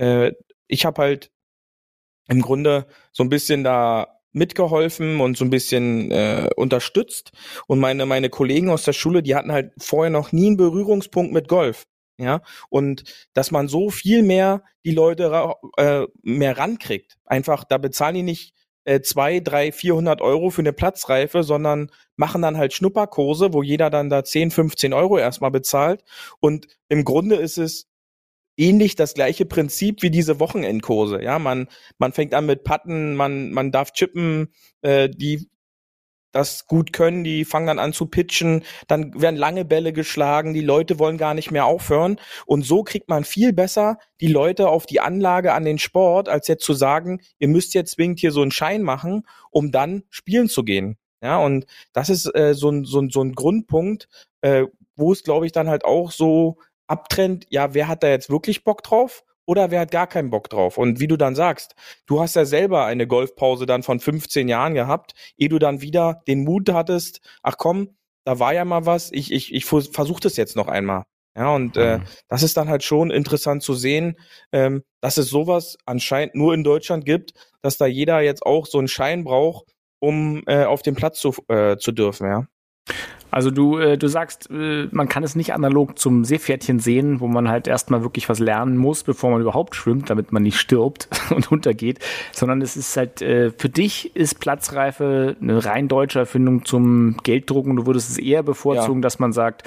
ich habe halt im Grunde so ein bisschen da mitgeholfen und so ein bisschen unterstützt. Und meine Kollegen aus der Schule, die hatten halt vorher noch nie einen Berührungspunkt mit Golf. Ja, und dass man so viel mehr die Leute mehr rankriegt. Einfach, da bezahlen die nicht 200, 300, 400 Euro für eine Platzreife, sondern machen dann halt Schnupperkurse, wo jeder dann da 10, 15 Euro erstmal bezahlt. Und im Grunde ist es ähnlich das gleiche Prinzip wie diese Wochenendkurse. Ja, man fängt an mit Putten, man darf chippen, die das gut können, die fangen dann an zu pitchen, dann werden lange Bälle geschlagen, die Leute wollen gar nicht mehr aufhören und so kriegt man viel besser die Leute auf die Anlage an den Sport, als jetzt zu sagen, ihr müsst jetzt zwingend hier so einen Schein machen, um dann spielen zu gehen. Ja, und das ist so ein Grundpunkt, wo es, glaube ich, dann halt auch so abtrennt, ja, wer hat da jetzt wirklich Bock drauf? Oder wer hat gar keinen Bock drauf? Und wie du dann sagst, du hast ja selber eine Golfpause dann von 15 Jahren gehabt, ehe du dann wieder den Mut hattest, ach komm, da war ja mal was, ich versuche das jetzt noch einmal. Ja, und das ist dann halt schon interessant zu sehen, dass es sowas anscheinend nur in Deutschland gibt, dass da jeder jetzt auch so einen Schein braucht, um auf den Platz zu dürfen, ja. Also du sagst, man kann es nicht analog zum Seepferdchen sehen, wo man halt erstmal wirklich was lernen muss, bevor man überhaupt schwimmt, damit man nicht stirbt und untergeht, sondern es ist halt, für dich ist Platzreife eine rein deutsche Erfindung zum Gelddrucken. Du würdest es eher bevorzugen, dass man sagt,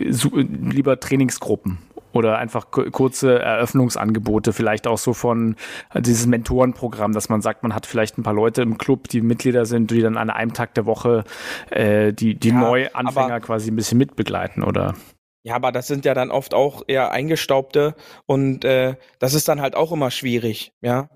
lieber Trainingsgruppen. Oder einfach kurze Eröffnungsangebote, vielleicht auch so von dieses Mentorenprogramm, dass man sagt, man hat vielleicht ein paar Leute im Club, die Mitglieder sind, die dann an einem Tag der Woche die Neuanfänger quasi ein bisschen mitbegleiten, oder? Ja, aber das sind ja dann oft auch eher Eingestaubte und das ist dann halt auch immer schwierig, ja,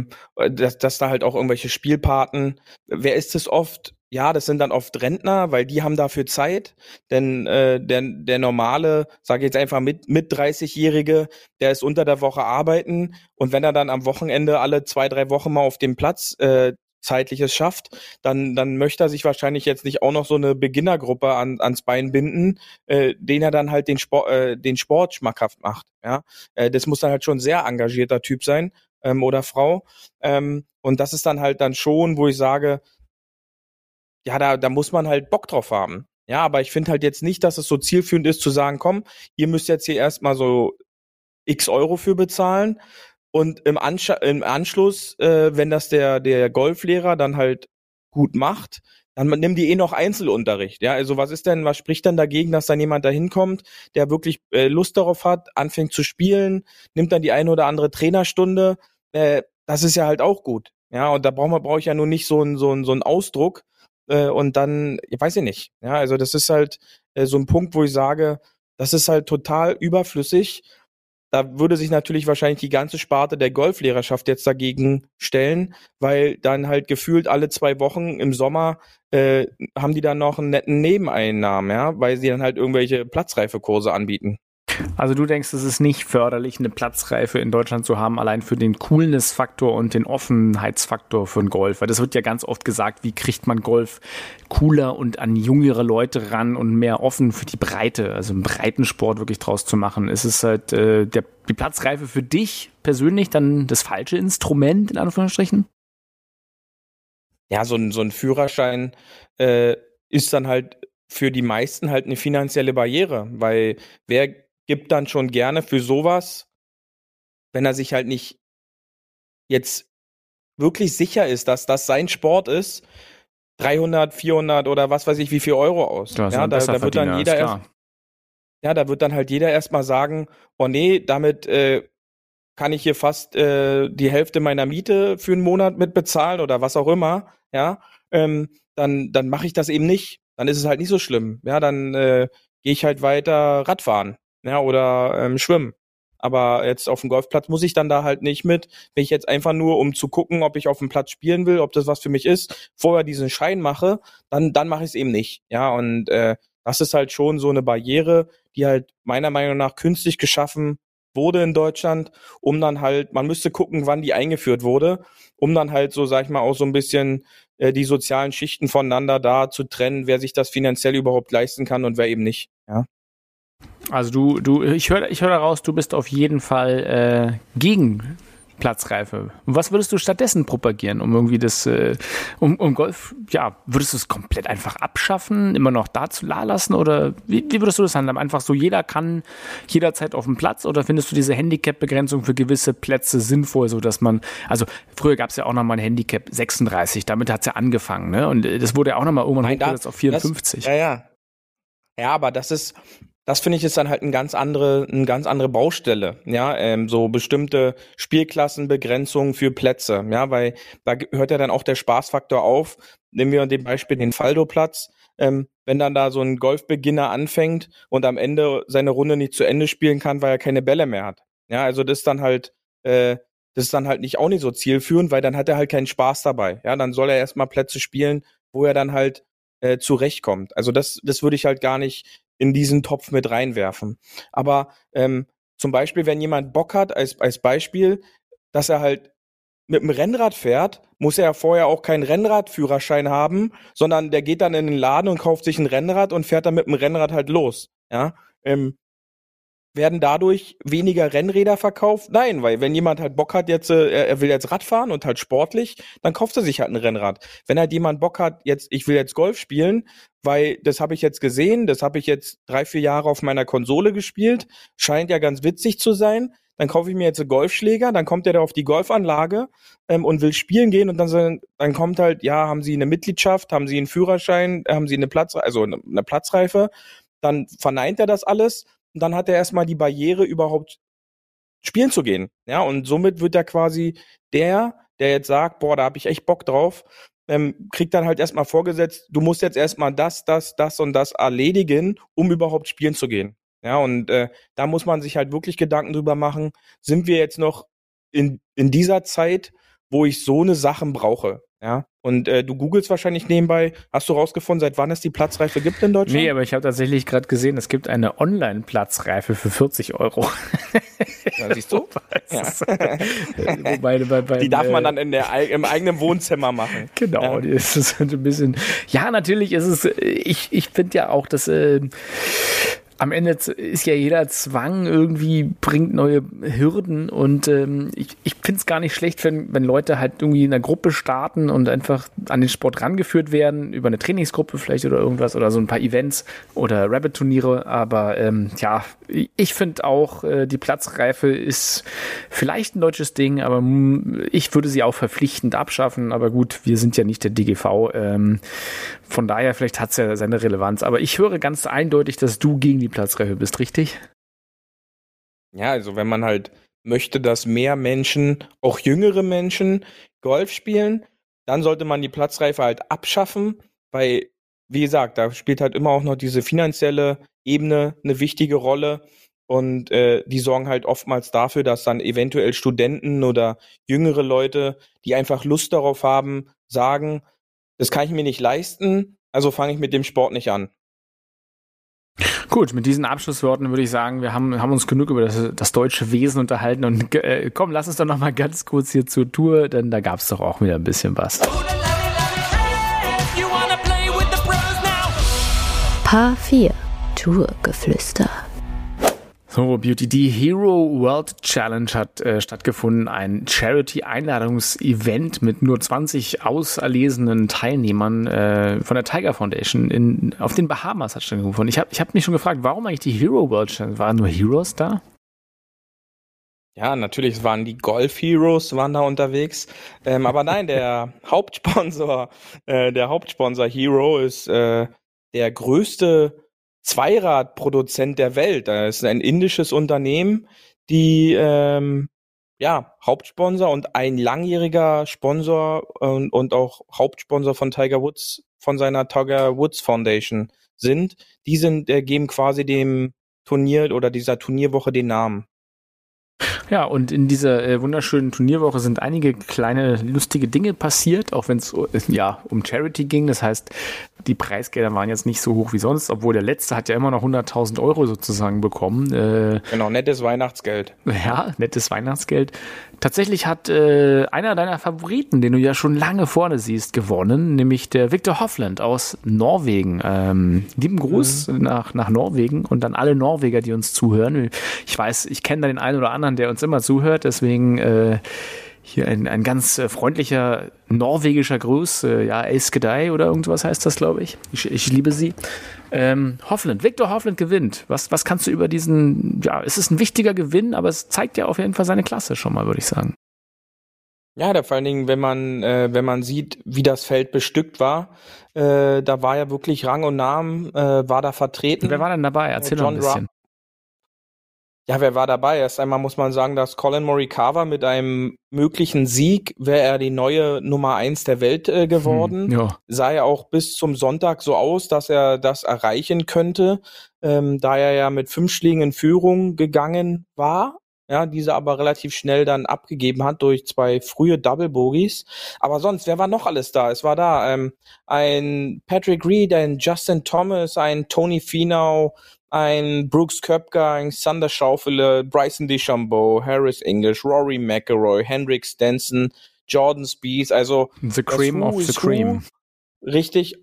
dass da halt auch irgendwelche Spielpaten, wer ist es oft? Ja, das sind dann oft Rentner, weil die haben dafür Zeit, denn der normale, sage ich jetzt einfach mit 30-Jährige, der ist unter der Woche arbeiten und wenn er dann am Wochenende alle 2, 3 Wochen mal auf dem Platz Zeitliches schafft, dann möchte er sich wahrscheinlich jetzt nicht auch noch so eine Beginnergruppe ans Bein binden, den er dann halt den Sport schmackhaft macht. Ja, das muss dann halt schon ein sehr engagierter Typ sein oder Frau. Und das ist dann halt dann schon, wo ich sage, ja, da muss man halt Bock drauf haben. Ja, aber ich finde halt jetzt nicht, dass es so zielführend ist zu sagen, komm, ihr müsst jetzt hier erstmal so x Euro für bezahlen. Und im Anschluss, wenn das der Golflehrer dann halt gut macht, dann nimm die noch Einzelunterricht. Ja, also was spricht denn dagegen, dass dann jemand da hinkommt, der wirklich Lust darauf hat, anfängt zu spielen, nimmt dann die eine oder andere Trainerstunde. Das ist ja halt auch gut. Ja, und da brauche ich ja nur nicht so einen Ausdruck. Und dann, weiß ich nicht. Ja, also das ist halt so ein Punkt, wo ich sage, das ist halt total überflüssig. Da würde sich natürlich wahrscheinlich die ganze Sparte der Golflehrerschaft jetzt dagegen stellen, weil dann halt gefühlt alle 2 Wochen im Sommer haben die dann noch einen netten Nebeneinnahmen, ja, weil sie dann halt irgendwelche Platzreifekurse anbieten. Also du denkst, es ist nicht förderlich, eine Platzreife in Deutschland zu haben, allein für den Coolness-Faktor und den Offenheitsfaktor für den Golf. Weil das wird ja ganz oft gesagt, wie kriegt man Golf cooler und an jüngere Leute ran und mehr offen für die Breite, also einen Breitensport wirklich draus zu machen. Ist es halt die Platzreife für dich persönlich dann das falsche Instrument, in Anführungsstrichen? Ja, so ein Führerschein ist dann halt für die meisten halt eine finanzielle Barriere, weil wer gibt dann schon gerne für sowas, wenn er sich halt nicht jetzt wirklich sicher ist, dass das sein Sport ist, 300, 400 oder was weiß ich wie viel Euro aus. Ja, da wird dann jeder da wird dann halt jeder erstmal sagen, oh nee, damit kann ich hier fast die Hälfte meiner Miete für einen Monat mit bezahlen oder was auch immer, ja, dann mache ich das eben nicht. Dann ist es halt nicht so schlimm. Ja, dann gehe ich halt weiter Radfahren, ja, oder schwimmen. aber jetzt auf dem Golfplatz muss ich dann da halt nicht mit. Wenn ich jetzt einfach nur, um zu gucken, ob ich auf dem Platz spielen will, ob das was für mich ist, vorher diesen Schein mache, dann mache ich es eben nicht. Ja, und das ist halt schon so eine Barriere, die halt meiner Meinung nach künstlich geschaffen wurde in Deutschland, um dann halt, man müsste gucken, wann die eingeführt wurde, um dann halt so, sag ich mal, auch so ein bisschen die sozialen Schichten voneinander da zu trennen, wer sich das finanziell überhaupt leisten kann und wer eben nicht. Ja. Also ich höre daraus, du bist auf jeden Fall gegen Platzreife. Und was würdest du stattdessen propagieren, um irgendwie das, um Golf, ja, würdest du es komplett einfach abschaffen, immer noch da zu lassen oder wie würdest du das handeln? Einfach so, jeder kann jederzeit auf dem Platz oder findest du diese Handicap-Begrenzung für gewisse Plätze sinnvoll, so dass man, also früher gab es ja auch nochmal ein Handicap 36, damit hat es ja angefangen, ne? Und das wurde ja auch nochmal irgendwann hochgesetzt auf 54. Ja, aber das finde ich ist dann halt eine ganz andere Baustelle, ja, so bestimmte Spielklassenbegrenzungen für Plätze, ja, weil da hört ja dann auch der Spaßfaktor auf. Nehmen wir dem Beispiel den Faldo-Platz, wenn dann da so ein Golfbeginner anfängt und am Ende seine Runde nicht zu Ende spielen kann, weil er keine Bälle mehr hat. Ja, also das ist dann halt nicht auch nicht so zielführend, weil dann hat er halt keinen Spaß dabei. Ja, dann soll er erstmal Plätze spielen, wo er dann halt zurechtkommt. Also das würde ich halt gar nicht in diesen Topf mit reinwerfen. Aber zum Beispiel, wenn jemand Bock hat, als Beispiel, dass er halt mit dem Rennrad fährt, muss er ja vorher auch keinen Rennradführerschein haben, sondern der geht dann in den Laden und kauft sich ein Rennrad und fährt dann mit dem Rennrad halt los. Ja, werden dadurch weniger Rennräder verkauft? Nein, weil wenn jemand halt Bock hat, jetzt er will jetzt Rad fahren und halt sportlich, dann kauft er sich halt ein Rennrad. Wenn halt jemand Bock hat, ich will jetzt Golf spielen, weil das habe ich jetzt gesehen, das habe ich jetzt 3-4 Jahre auf meiner Konsole gespielt, scheint ja ganz witzig zu sein, dann kaufe ich mir jetzt einen Golfschläger, dann kommt er da auf die Golfanlage und will spielen gehen und dann kommt halt, ja, haben Sie eine Mitgliedschaft, haben Sie einen Führerschein, haben Sie eine Platzreife, dann verneint er das alles. Und dann hat er erstmal die Barriere, überhaupt spielen zu gehen. Ja, und somit wird er quasi der jetzt sagt, boah, da habe ich echt Bock drauf, kriegt dann halt erstmal vorgesetzt, du musst jetzt erstmal das und das erledigen, um überhaupt spielen zu gehen. Ja, und da muss man sich halt wirklich Gedanken drüber machen, sind wir jetzt noch in dieser Zeit, wo ich so eine Sachen brauche. Ja, und du googelst wahrscheinlich nebenbei, hast du rausgefunden, seit wann es die Platzreife gibt in Deutschland? Nee, aber ich habe tatsächlich gerade gesehen, es gibt eine Online-Platzreife für 40 €. Ja, siehst du? Ja. Wobei, die darf man dann im eigenen Wohnzimmer machen. Genau, ja. Das ist ein bisschen, ja, natürlich ist es, ich finde ja auch, dass am Ende ist ja jeder Zwang irgendwie, bringt neue Hürden und ich finde es gar nicht schlecht, wenn Leute halt irgendwie in einer Gruppe starten und einfach an den Sport rangeführt werden, über eine Trainingsgruppe vielleicht oder irgendwas oder so ein paar Events oder Rabbit-Turniere, aber ja, ich finde auch, die Platzreife ist vielleicht ein deutsches Ding, aber ich würde sie auch verpflichtend abschaffen, aber gut, wir sind ja nicht der DGV, von daher vielleicht hat es ja seine Relevanz, aber ich höre ganz eindeutig, dass du gegen die Platzreife bist, richtig? Ja, also wenn man halt möchte, dass mehr Menschen, auch jüngere Menschen, Golf spielen, dann sollte man die Platzreife halt abschaffen, weil, wie gesagt, da spielt halt immer auch noch diese finanzielle Ebene eine wichtige Rolle und die sorgen halt oftmals dafür, dass dann eventuell Studenten oder jüngere Leute, die einfach Lust darauf haben, sagen, das kann ich mir nicht leisten, also fange ich mit dem Sport nicht an. Gut, mit diesen Abschlussworten würde ich sagen, wir haben uns genug über das deutsche Wesen unterhalten und komm, lass uns doch noch mal ganz kurz hier zur Tour, denn da gab es doch auch wieder ein bisschen was. Paar 4 Tourgeflüster. So, Beauty, die Hero World Challenge hat stattgefunden, ein Charity-Einladungsevent mit nur 20 auserlesenen Teilnehmern von der Tiger Foundation auf den Bahamas hat stattgefunden. Ich hab mich schon gefragt, warum eigentlich die Hero World Challenge? Waren nur Heroes da? Ja, natürlich, es waren die Golf Heroes, waren da unterwegs. Aber nein, der Hauptsponsor Hero ist der größte Zweiradproduzent der Welt. Das ist ein indisches Unternehmen, die Hauptsponsor und ein langjähriger Sponsor und auch Hauptsponsor von Tiger Woods, von seiner Tiger Woods Foundation sind. Die geben quasi dem Turnier oder dieser Turnierwoche den Namen. Ja, und in dieser wunderschönen Turnierwoche sind einige kleine lustige Dinge passiert, auch wenn es um Charity ging. Das heißt, die Preisgelder waren jetzt nicht so hoch wie sonst, obwohl der letzte hat ja immer noch 100.000 € sozusagen bekommen. Genau, nettes Weihnachtsgeld. Ja, nettes Weihnachtsgeld. Tatsächlich hat einer deiner Favoriten, den du ja schon lange vorne siehst, gewonnen, nämlich der Viktor Hovland aus Norwegen. Lieben Gruß nach Norwegen und an alle Norweger, die uns zuhören. Ich weiß, ich kenne da den einen oder anderen, der uns immer zuhört, deswegen hier ein ganz freundlicher norwegischer Gruß, Eiskedei oder irgendwas heißt das, glaube ich. Ich liebe sie. Viktor Hovland gewinnt. Was kannst du über diesen, es ist ein wichtiger Gewinn, aber es zeigt ja auf jeden Fall seine Klasse schon mal, würde ich sagen. Ja, vor allen Dingen, wenn man sieht, wie das Feld bestückt war, da war ja wirklich Rang und Namen, war da vertreten. Wer war denn dabei? Erzähl doch ein bisschen. Ja, wer war dabei? Erst einmal muss man sagen, dass Colin Morikawa mit einem möglichen Sieg wäre er die neue Nummer 1 der Welt geworden. Sah ja auch bis zum Sonntag so aus, dass er das erreichen könnte, da er ja mit 5 Schlägen in Führung gegangen war. Ja, diese aber relativ schnell dann abgegeben hat durch 2 frühe Double Bogies. Aber sonst, wer war noch alles da? Es war da ein Patrick Reed, ein Justin Thomas, ein Tony Finau, ein Brooks Koepka, ein Xander Schauffele, Bryson DeChambeau, Harris English, Rory McIlroy, Henrik Stenson, Jordan Spieth, also the cream of the cream. Richtig,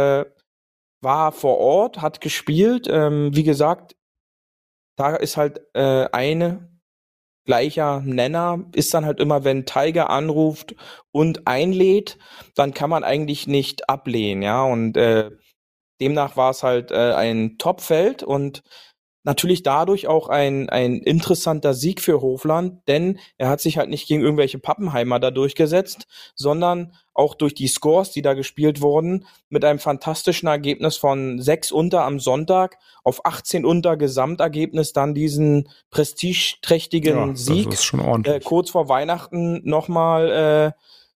war vor Ort, hat gespielt. Wie gesagt, da ist halt eine gleicher Nenner, ist dann halt immer, wenn Tiger anruft und einlädt, dann kann man eigentlich nicht ablehnen, ja, und demnach war es halt ein Topfeld und natürlich dadurch auch ein interessanter Sieg für Hovland, denn er hat sich halt nicht gegen irgendwelche Pappenheimer da durchgesetzt, sondern auch durch die Scores, die da gespielt wurden, mit einem fantastischen Ergebnis von 6 unter am Sonntag auf 18 unter Gesamtergebnis dann diesen prestigeträchtigen Sieg. Das ist schon ordentlich. Kurz vor Weihnachten nochmal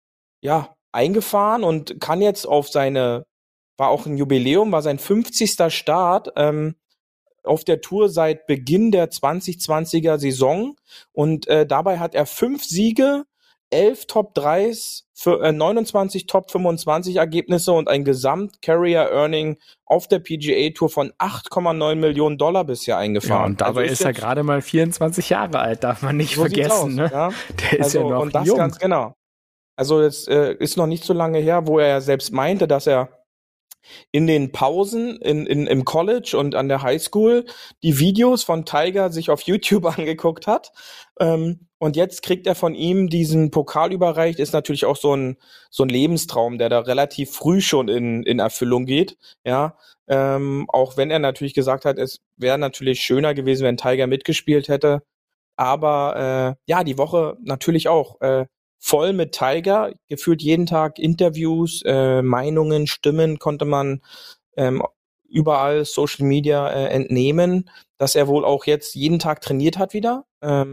eingefahren und kann jetzt war auch ein Jubiläum, war sein 50. Start auf der Tour seit Beginn der 2020er Saison und dabei hat er 5 Siege, 11 Top 3s, 29 Top 25 Ergebnisse und ein Gesamt-Carrier-Earning auf der PGA Tour von $8,9 Millionen bisher eingefahren. Ja, und dabei ist er gerade mal 24 Jahre alt, darf man nicht vergessen. Ne? Ja? Der ist ja noch und das jung. Ganz genau. Also es ist noch nicht so lange her, wo er ja selbst meinte, dass er in den Pausen im College und an der Highschool die Videos von Tiger sich auf YouTube angeguckt hat. Und jetzt kriegt er von ihm diesen Pokal überreicht. Ist natürlich auch so ein Lebenstraum, der da relativ früh schon in Erfüllung geht. Ja, auch wenn er natürlich gesagt hat, es wäre natürlich schöner gewesen, wenn Tiger mitgespielt hätte. Aber die Woche natürlich auch voll mit Tiger, gefühlt jeden Tag Interviews, Meinungen, Stimmen konnte man überall Social Media entnehmen, dass er wohl auch jetzt jeden Tag trainiert hat wieder,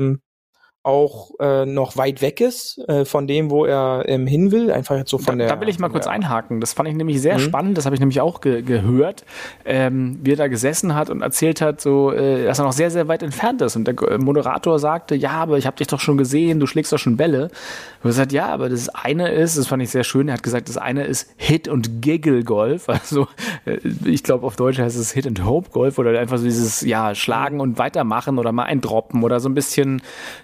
auch noch weit weg ist von dem, wo er hin will, einfach jetzt so von Da will ich mal kurz einhaken, das fand ich nämlich sehr spannend, das habe ich nämlich auch gehört, wie er da gesessen hat und erzählt hat, so, dass er noch sehr, sehr weit entfernt ist und der Moderator sagte, ja, aber ich habe dich doch schon gesehen, du schlägst doch schon Bälle. Und er sagt, ja, aber das eine ist, das fand ich sehr schön, er hat gesagt, das eine ist Hit- und Giggle-Golf, also ich glaube auf Deutsch heißt es Hit-and-Hope-Golf oder einfach so dieses, Schlagen und weitermachen oder mal ein Droppen oder so ein bisschen,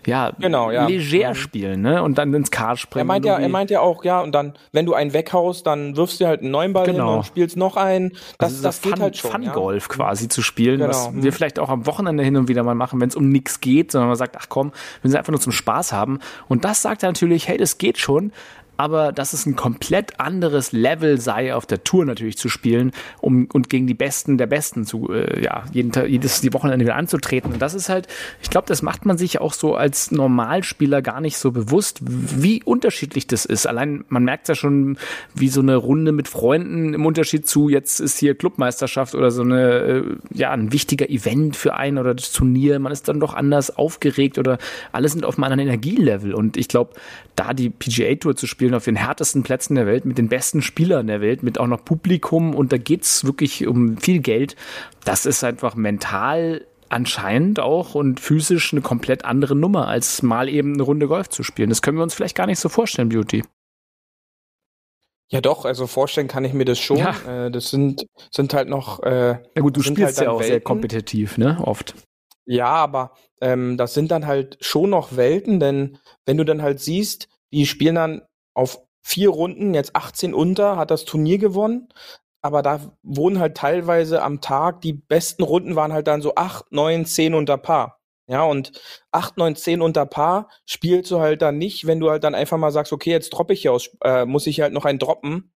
leger spielen, ne? Und dann ins Kart springen. Er meint ja auch, und dann, wenn du einen weghaust, dann wirfst du halt einen neuen Ball hin und spielst noch einen. Das geht halt schon. Fun-Golf quasi zu spielen, was wir vielleicht auch am Wochenende hin und wieder mal machen, wenn es um nichts geht, sondern man sagt, ach komm, wir sind einfach nur zum Spaß haben. Und das sagt er natürlich, hey, das geht schon, aber dass es ein komplett anderes Level sei, auf der Tour natürlich zu spielen, und gegen die Besten der Besten zu, die Wochenende wieder anzutreten. Und das ist halt, ich glaube, das macht man sich auch so als Normalspieler gar nicht so bewusst, wie unterschiedlich das ist. Allein, man merkt ja schon, wie so eine Runde mit Freunden im Unterschied zu, jetzt ist hier Clubmeisterschaft oder so eine, ein wichtiger Event für einen oder das Turnier. Man ist dann doch anders aufgeregt oder alle sind auf einem anderen Energielevel. Und ich glaube, da die PGA Tour zu spielen, auf den härtesten Plätzen der Welt, mit den besten Spielern der Welt, mit auch noch Publikum, und da geht's wirklich um viel Geld. Das ist einfach mental anscheinend auch und physisch eine komplett andere Nummer, als mal eben eine Runde Golf zu spielen. Das können wir uns vielleicht gar nicht so vorstellen, Beauty. Ja doch, also vorstellen kann ich mir das schon. Ja. Das sind halt noch Ja gut, du spielst halt ja auch Welten. sehr kompetitiv, ne? Oft. Ja, aber das sind dann halt schon noch Welten, denn wenn du dann halt siehst, die spielen dann auf 4 Runden, jetzt 18 unter, hat das Turnier gewonnen, aber da wurden halt teilweise am Tag, die besten Runden waren halt dann so 8, 9, 10 unter Par. Ja, und 8, 9, 10 unter Par spielst du halt dann nicht, wenn du halt dann einfach mal sagst, okay, jetzt droppe ich hier aus, muss ich halt noch einen droppen.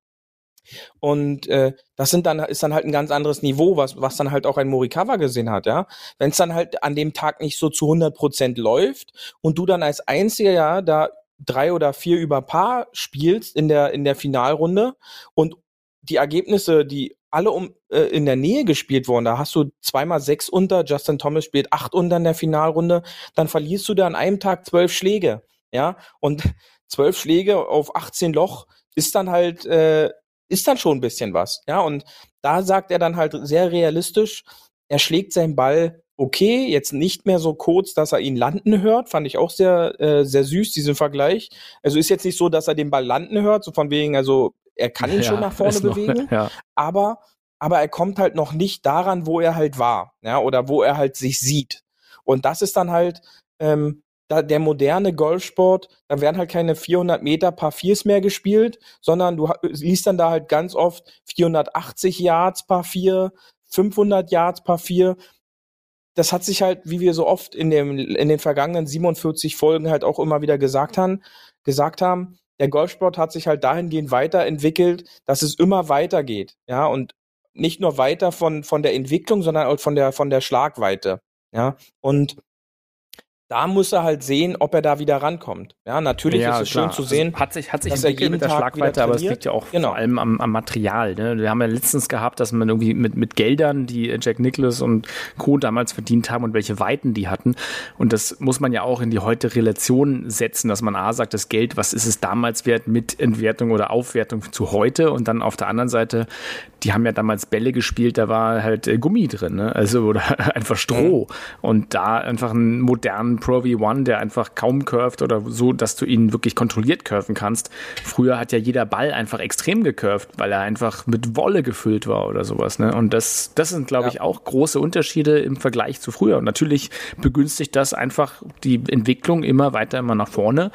Und das ist dann halt ein ganz anderes Niveau, was dann halt auch ein Morikawa gesehen hat, ja. Wenn es dann halt an dem Tag nicht so zu 100% läuft und du dann als Einziger ja da 3 oder 4 über Par spielst in der Finalrunde und die Ergebnisse, die alle in der Nähe gespielt wurden, da hast du 2x 6 unter, Justin Thomas spielt 8 unter in der Finalrunde, dann verlierst du da an einem Tag 12 Schläge, ja. Und 12 Schläge auf 18 Loch ist dann halt ist dann schon ein bisschen was, ja, und da sagt er dann halt sehr realistisch, er schlägt seinen Ball okay, jetzt nicht mehr so kurz, dass er ihn landen hört, fand ich auch sehr, sehr süß, diesen Vergleich. Also ist jetzt nicht so, dass er den Ball landen hört, so von wegen, also er kann ihn schon nach vorne bewegen, aber er kommt halt noch nicht daran, wo er halt war, ja, oder wo er halt sich sieht. Und das ist dann halt, da der moderne Golfsport, da werden halt keine 400 Meter Par 4s mehr gespielt, sondern du liest dann da halt ganz oft 480 Yards Par 4, 500 Yards Par 4. Das hat sich halt, wie wir so oft in den vergangenen 47 Folgen halt auch immer wieder gesagt haben, der Golfsport hat sich halt dahingehend weiterentwickelt, dass es immer weitergeht, ja, und nicht nur weiter von der Entwicklung, sondern auch von der Schlagweite, ja, und da muss er halt sehen, ob er da wieder rankommt. Ja, natürlich ist es schön zu sehen. Also hat sich entwickelt mit der Schlagweite, aber es liegt ja auch vor allem am Material. Ne? Wir haben ja letztens gehabt, dass man irgendwie mit Geldern, die Jack Nicklaus und Co. damals verdient haben und welche Weiten die hatten. Und das muss man ja auch in die heute Relation setzen, dass man sagt, das Geld, was ist es damals wert mit Entwertung oder Aufwertung zu heute? Und dann auf der anderen Seite, die haben ja damals Bälle gespielt, da war halt Gummi drin, ne? Also oder einfach Stroh. Und da einfach einen modernen Pro V1, der einfach kaum curved oder so, dass du ihn wirklich kontrolliert curven kannst. Früher hat ja jeder Ball einfach extrem gecurved, weil er einfach mit Wolle gefüllt war oder sowas, ne? Und das sind, glaube ich, auch große Unterschiede im Vergleich zu früher. Und natürlich begünstigt das einfach die Entwicklung immer weiter, immer nach vorne.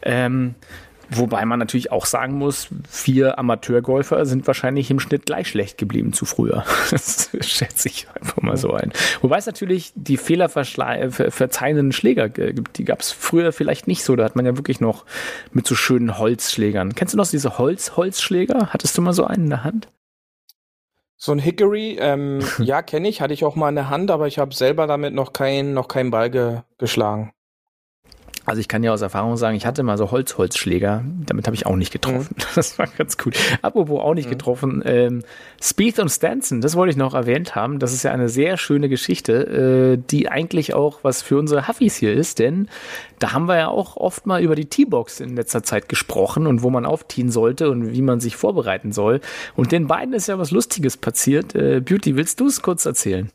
Wobei man natürlich auch sagen muss, 4 Amateurgolfer sind wahrscheinlich im Schnitt gleich schlecht geblieben zu früher. Das schätze ich einfach mal so ein. Wobei es natürlich die fehlerverzeihenden Schläger gibt. Die gab es früher vielleicht nicht so. Da hat man ja wirklich noch mit so schönen Holzschlägern. Kennst du noch diese Holzschläger? Hattest du mal so einen in der Hand? So ein Hickory, ja, kenne ich. Hatte ich auch mal in der Hand, aber ich habe selber damit noch keinen Ball geschlagen. Also ich kann ja aus Erfahrung sagen, ich hatte mal so Holzschläger, damit habe ich auch nicht getroffen. Das war ganz cool. Apropos auch nicht getroffen, Spieth und Stenson, das wollte ich noch erwähnt haben. Das ist ja eine sehr schöne Geschichte, die eigentlich auch was für unsere Huffis hier ist, denn da haben wir ja auch oft mal über die Teebox in letzter Zeit gesprochen und wo man aufziehen sollte und wie man sich vorbereiten soll. Und den beiden ist ja was Lustiges passiert. Beauty, willst du es kurz erzählen?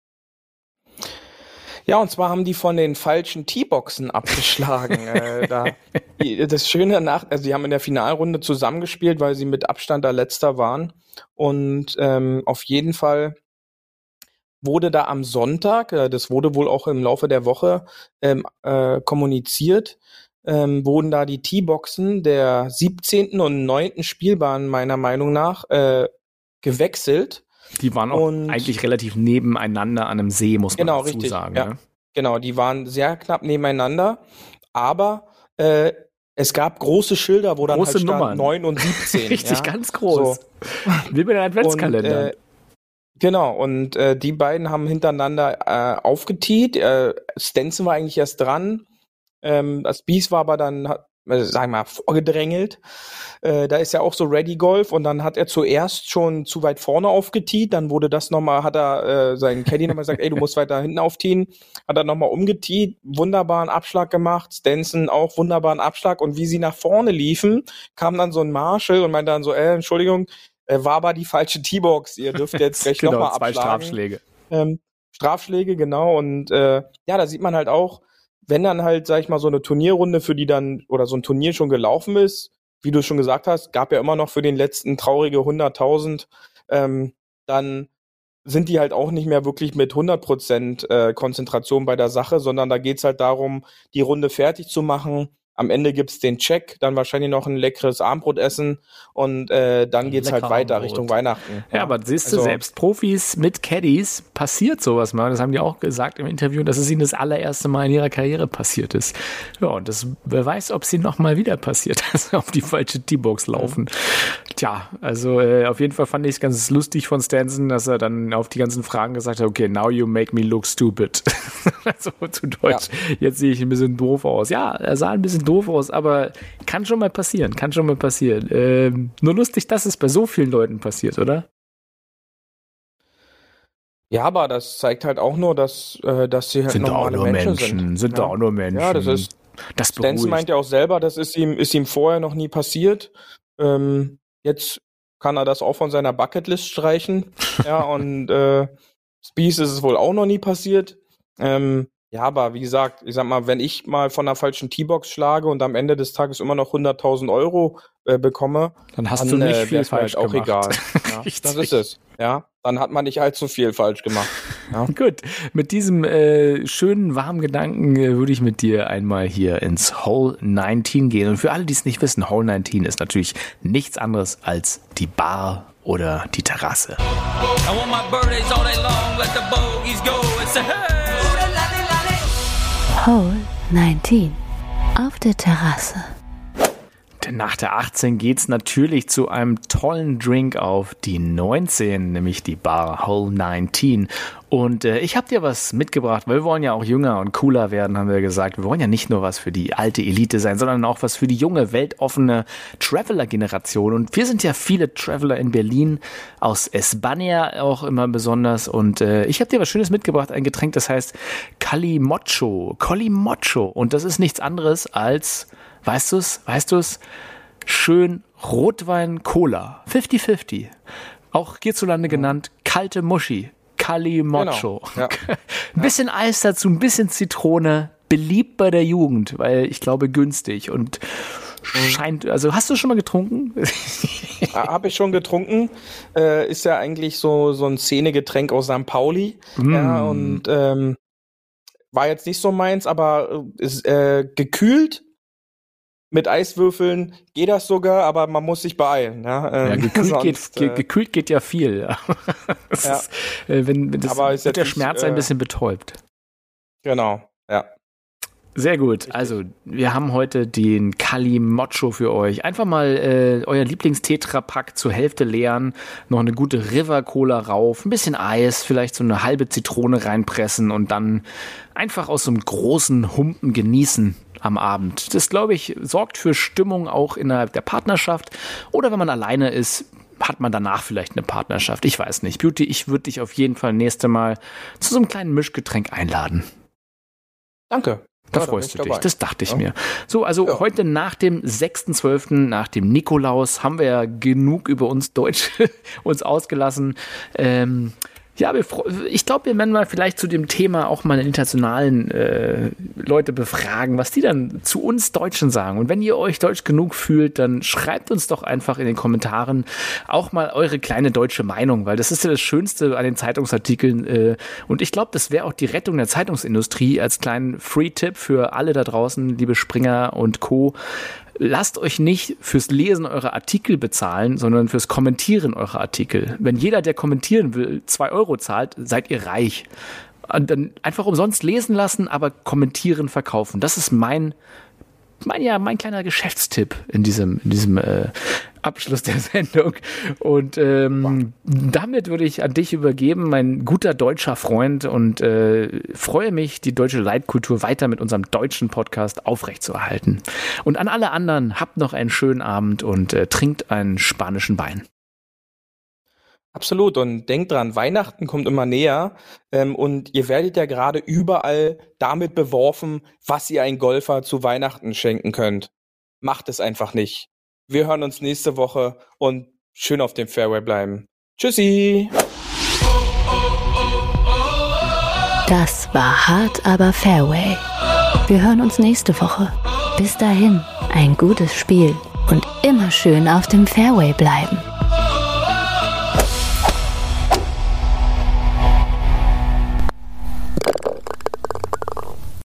Ja, und zwar haben die von den falschen Teeboxen abgeschlagen. Das Schöne also die haben in der Finalrunde zusammengespielt, weil sie mit Abstand da Letzter waren. Und auf jeden Fall wurde da am Sonntag, das wurde wohl auch im Laufe der Woche kommuniziert, wurden da die Teeboxen der 17. und 9. Spielbahn meiner Meinung nach gewechselt. Die waren auch eigentlich relativ nebeneinander an einem See, muss man dazu sagen. Ja. Ne? Genau, die waren sehr knapp nebeneinander, aber es gab große Schilder, wo dann große halt stand Nummern. 9 und 17. Richtig, ja? ganz groß. So. Wie bei den Adventskalendern. Genau, und die beiden haben hintereinander aufgetiet. Stenson war eigentlich erst dran. Das Spieth war aber dann, sagen wir mal, vorgedrängelt. Da ist ja auch so Ready Golf und dann hat er zuerst schon zu weit vorne aufgetiet, dann wurde das nochmal, hat er seinen Caddy nochmal gesagt, ey, du musst weiter hinten auftiehen, hat er nochmal umgetiet, wunderbaren Abschlag gemacht, Stenson auch wunderbaren Abschlag und wie sie nach vorne liefen, kam dann so ein Marshall und meinte dann so, Entschuldigung, war aber die falsche Teebox, ihr dürft jetzt gleich genau, nochmal abschlagen. 2 Strafschläge. Strafschläge, genau. Und da sieht man halt auch, wenn dann halt, sag ich mal, so eine Turnierrunde für die dann, oder so ein Turnier schon gelaufen ist, wie du schon gesagt hast, gab ja immer noch für den letzten traurige 100.000, dann sind die halt auch nicht mehr wirklich mit 100% Konzentration bei der Sache, sondern da geht's halt darum, die Runde fertig zu machen. Am Ende gibt's den Check, dann wahrscheinlich noch ein leckeres Armbrot essen und dann geht's halt weiter Richtung Weihnachten. Ja, aber siehst du, selbst Profis mit Caddies passiert sowas mal. Das haben die auch gesagt im Interview, dass es ihnen das allererste Mal in ihrer Karriere passiert ist. Ja, und das, wer weiß, ob es ihnen nochmal wieder passiert, dass sie auf die falsche Teebox laufen. Tja, also auf jeden Fall fand ich es ganz lustig von Stenson, dass er dann auf die ganzen Fragen gesagt hat, okay, now you make me look stupid. Also zu Deutsch, jetzt sehe ich ein bisschen doof aus. Ja, er sah ein bisschen doof aus, aber kann schon mal passieren. Nur lustig, dass es bei so vielen Leuten passiert, oder? Ja, aber das zeigt halt auch nur, dass sie halt normale Menschen sind. Sind da auch nur Menschen. Ja, das ist. Das Stenson meint ja auch selber, das ist ihm vorher noch nie passiert. Jetzt kann er das auch von seiner Bucketlist streichen. Ja, und Spieth ist es wohl auch noch nie passiert. Ja, aber wie gesagt, ich sag mal, wenn ich mal von einer falschen Teebox schlage und am Ende des Tages immer noch 100.000 Euro bekomme, dann hast du nicht viel falsch halt auch gemacht. Egal. Ja, das ist es. Ja, dann hat man nicht allzu viel falsch gemacht. Ja. Gut, mit diesem schönen, warmen Gedanken würde ich mit dir einmal hier ins Hole 19 gehen. Und für alle, die es nicht wissen, Hole 19 ist natürlich nichts anderes als die Bar oder die Terrasse. Hole 19 auf der Terrasse. Denn nach der 18 geht's natürlich zu einem tollen Drink auf die 19, nämlich die Bar Hole 19. Und ich habe dir was mitgebracht, weil wir wollen ja auch jünger und cooler werden, haben wir gesagt. Wir wollen ja nicht nur was für die alte Elite sein, sondern auch was für die junge, weltoffene Traveler-Generation. Und wir sind ja viele Traveler in Berlin, aus España auch immer besonders. Und ich habe dir was Schönes mitgebracht, ein Getränk, das heißt Calimocho. Und das ist nichts anderes als... Weißt du's? Schön Rotwein-Cola. 50-50. Auch hierzulande genannt kalte Muschi. Calimocho. Genau. Ja. Ein bisschen Eis dazu, ein bisschen Zitrone. Beliebt bei der Jugend, weil ich glaube günstig und scheint, also hast du schon mal getrunken? Habe ich schon getrunken. Ist ja eigentlich so ein Szenegetränk aus St. Pauli. Ja, und war jetzt nicht so meins, aber ist gekühlt. Mit Eiswürfeln geht das sogar, aber man muss sich beeilen. Ja, gekühlt geht ja viel. Ja. Ist, wenn das wird der Schmerz ein bisschen betäubt. Genau, ja. Sehr gut. Also, wir haben heute den Calimocho für euch. Einfach mal euer Lieblingstetrapack zur Hälfte leeren, noch eine gute River Cola rauf, ein bisschen Eis, vielleicht so eine halbe Zitrone reinpressen und dann einfach aus so einem großen Humpen genießen am Abend. Das, glaube ich, sorgt für Stimmung auch innerhalb der Partnerschaft. Oder wenn man alleine ist, hat man danach vielleicht eine Partnerschaft. Ich weiß nicht. Beauty, ich würde dich auf jeden Fall nächste Mal zu so einem kleinen Mischgetränk einladen. Danke. Da freust du dich, das dachte ich mir. So, also heute nach dem 6.12., nach dem Nikolaus, haben wir ja genug über uns Deutsche uns ausgelassen. Ja, ich glaube, wir werden mal vielleicht zu dem Thema auch mal internationalen Leute befragen, was die dann zu uns Deutschen sagen. Und wenn ihr euch deutsch genug fühlt, dann schreibt uns doch einfach in den Kommentaren auch mal eure kleine deutsche Meinung, weil das ist ja das Schönste an den Zeitungsartikeln. Und ich glaube, das wäre auch die Rettung der Zeitungsindustrie als kleinen Free-Tipp für alle da draußen, liebe Springer und Co. Lasst euch nicht fürs Lesen eurer Artikel bezahlen, sondern fürs Kommentieren eurer Artikel. Wenn jeder, der kommentieren will, 2 Euro zahlt, seid ihr reich. Und dann einfach umsonst lesen lassen, aber kommentieren, verkaufen. Das ist mein kleiner Geschäftstipp in diesem Abschluss der Sendung. Und damit würde ich an dich übergeben, mein guter deutscher Freund, und freue mich, die deutsche Leitkultur weiter mit unserem deutschen Podcast aufrechtzuerhalten. Und an alle anderen, habt noch einen schönen Abend und trinkt einen spanischen Wein. Absolut, und denkt dran, Weihnachten kommt immer näher und ihr werdet ja gerade überall damit beworfen, was ihr ein Golfer zu Weihnachten schenken könnt. Macht es einfach nicht. Wir hören uns nächste Woche und schön auf dem Fairway bleiben. Tschüssi! Das war Hard aber Fairway. Wir hören uns nächste Woche. Bis dahin, ein gutes Spiel und immer schön auf dem Fairway bleiben.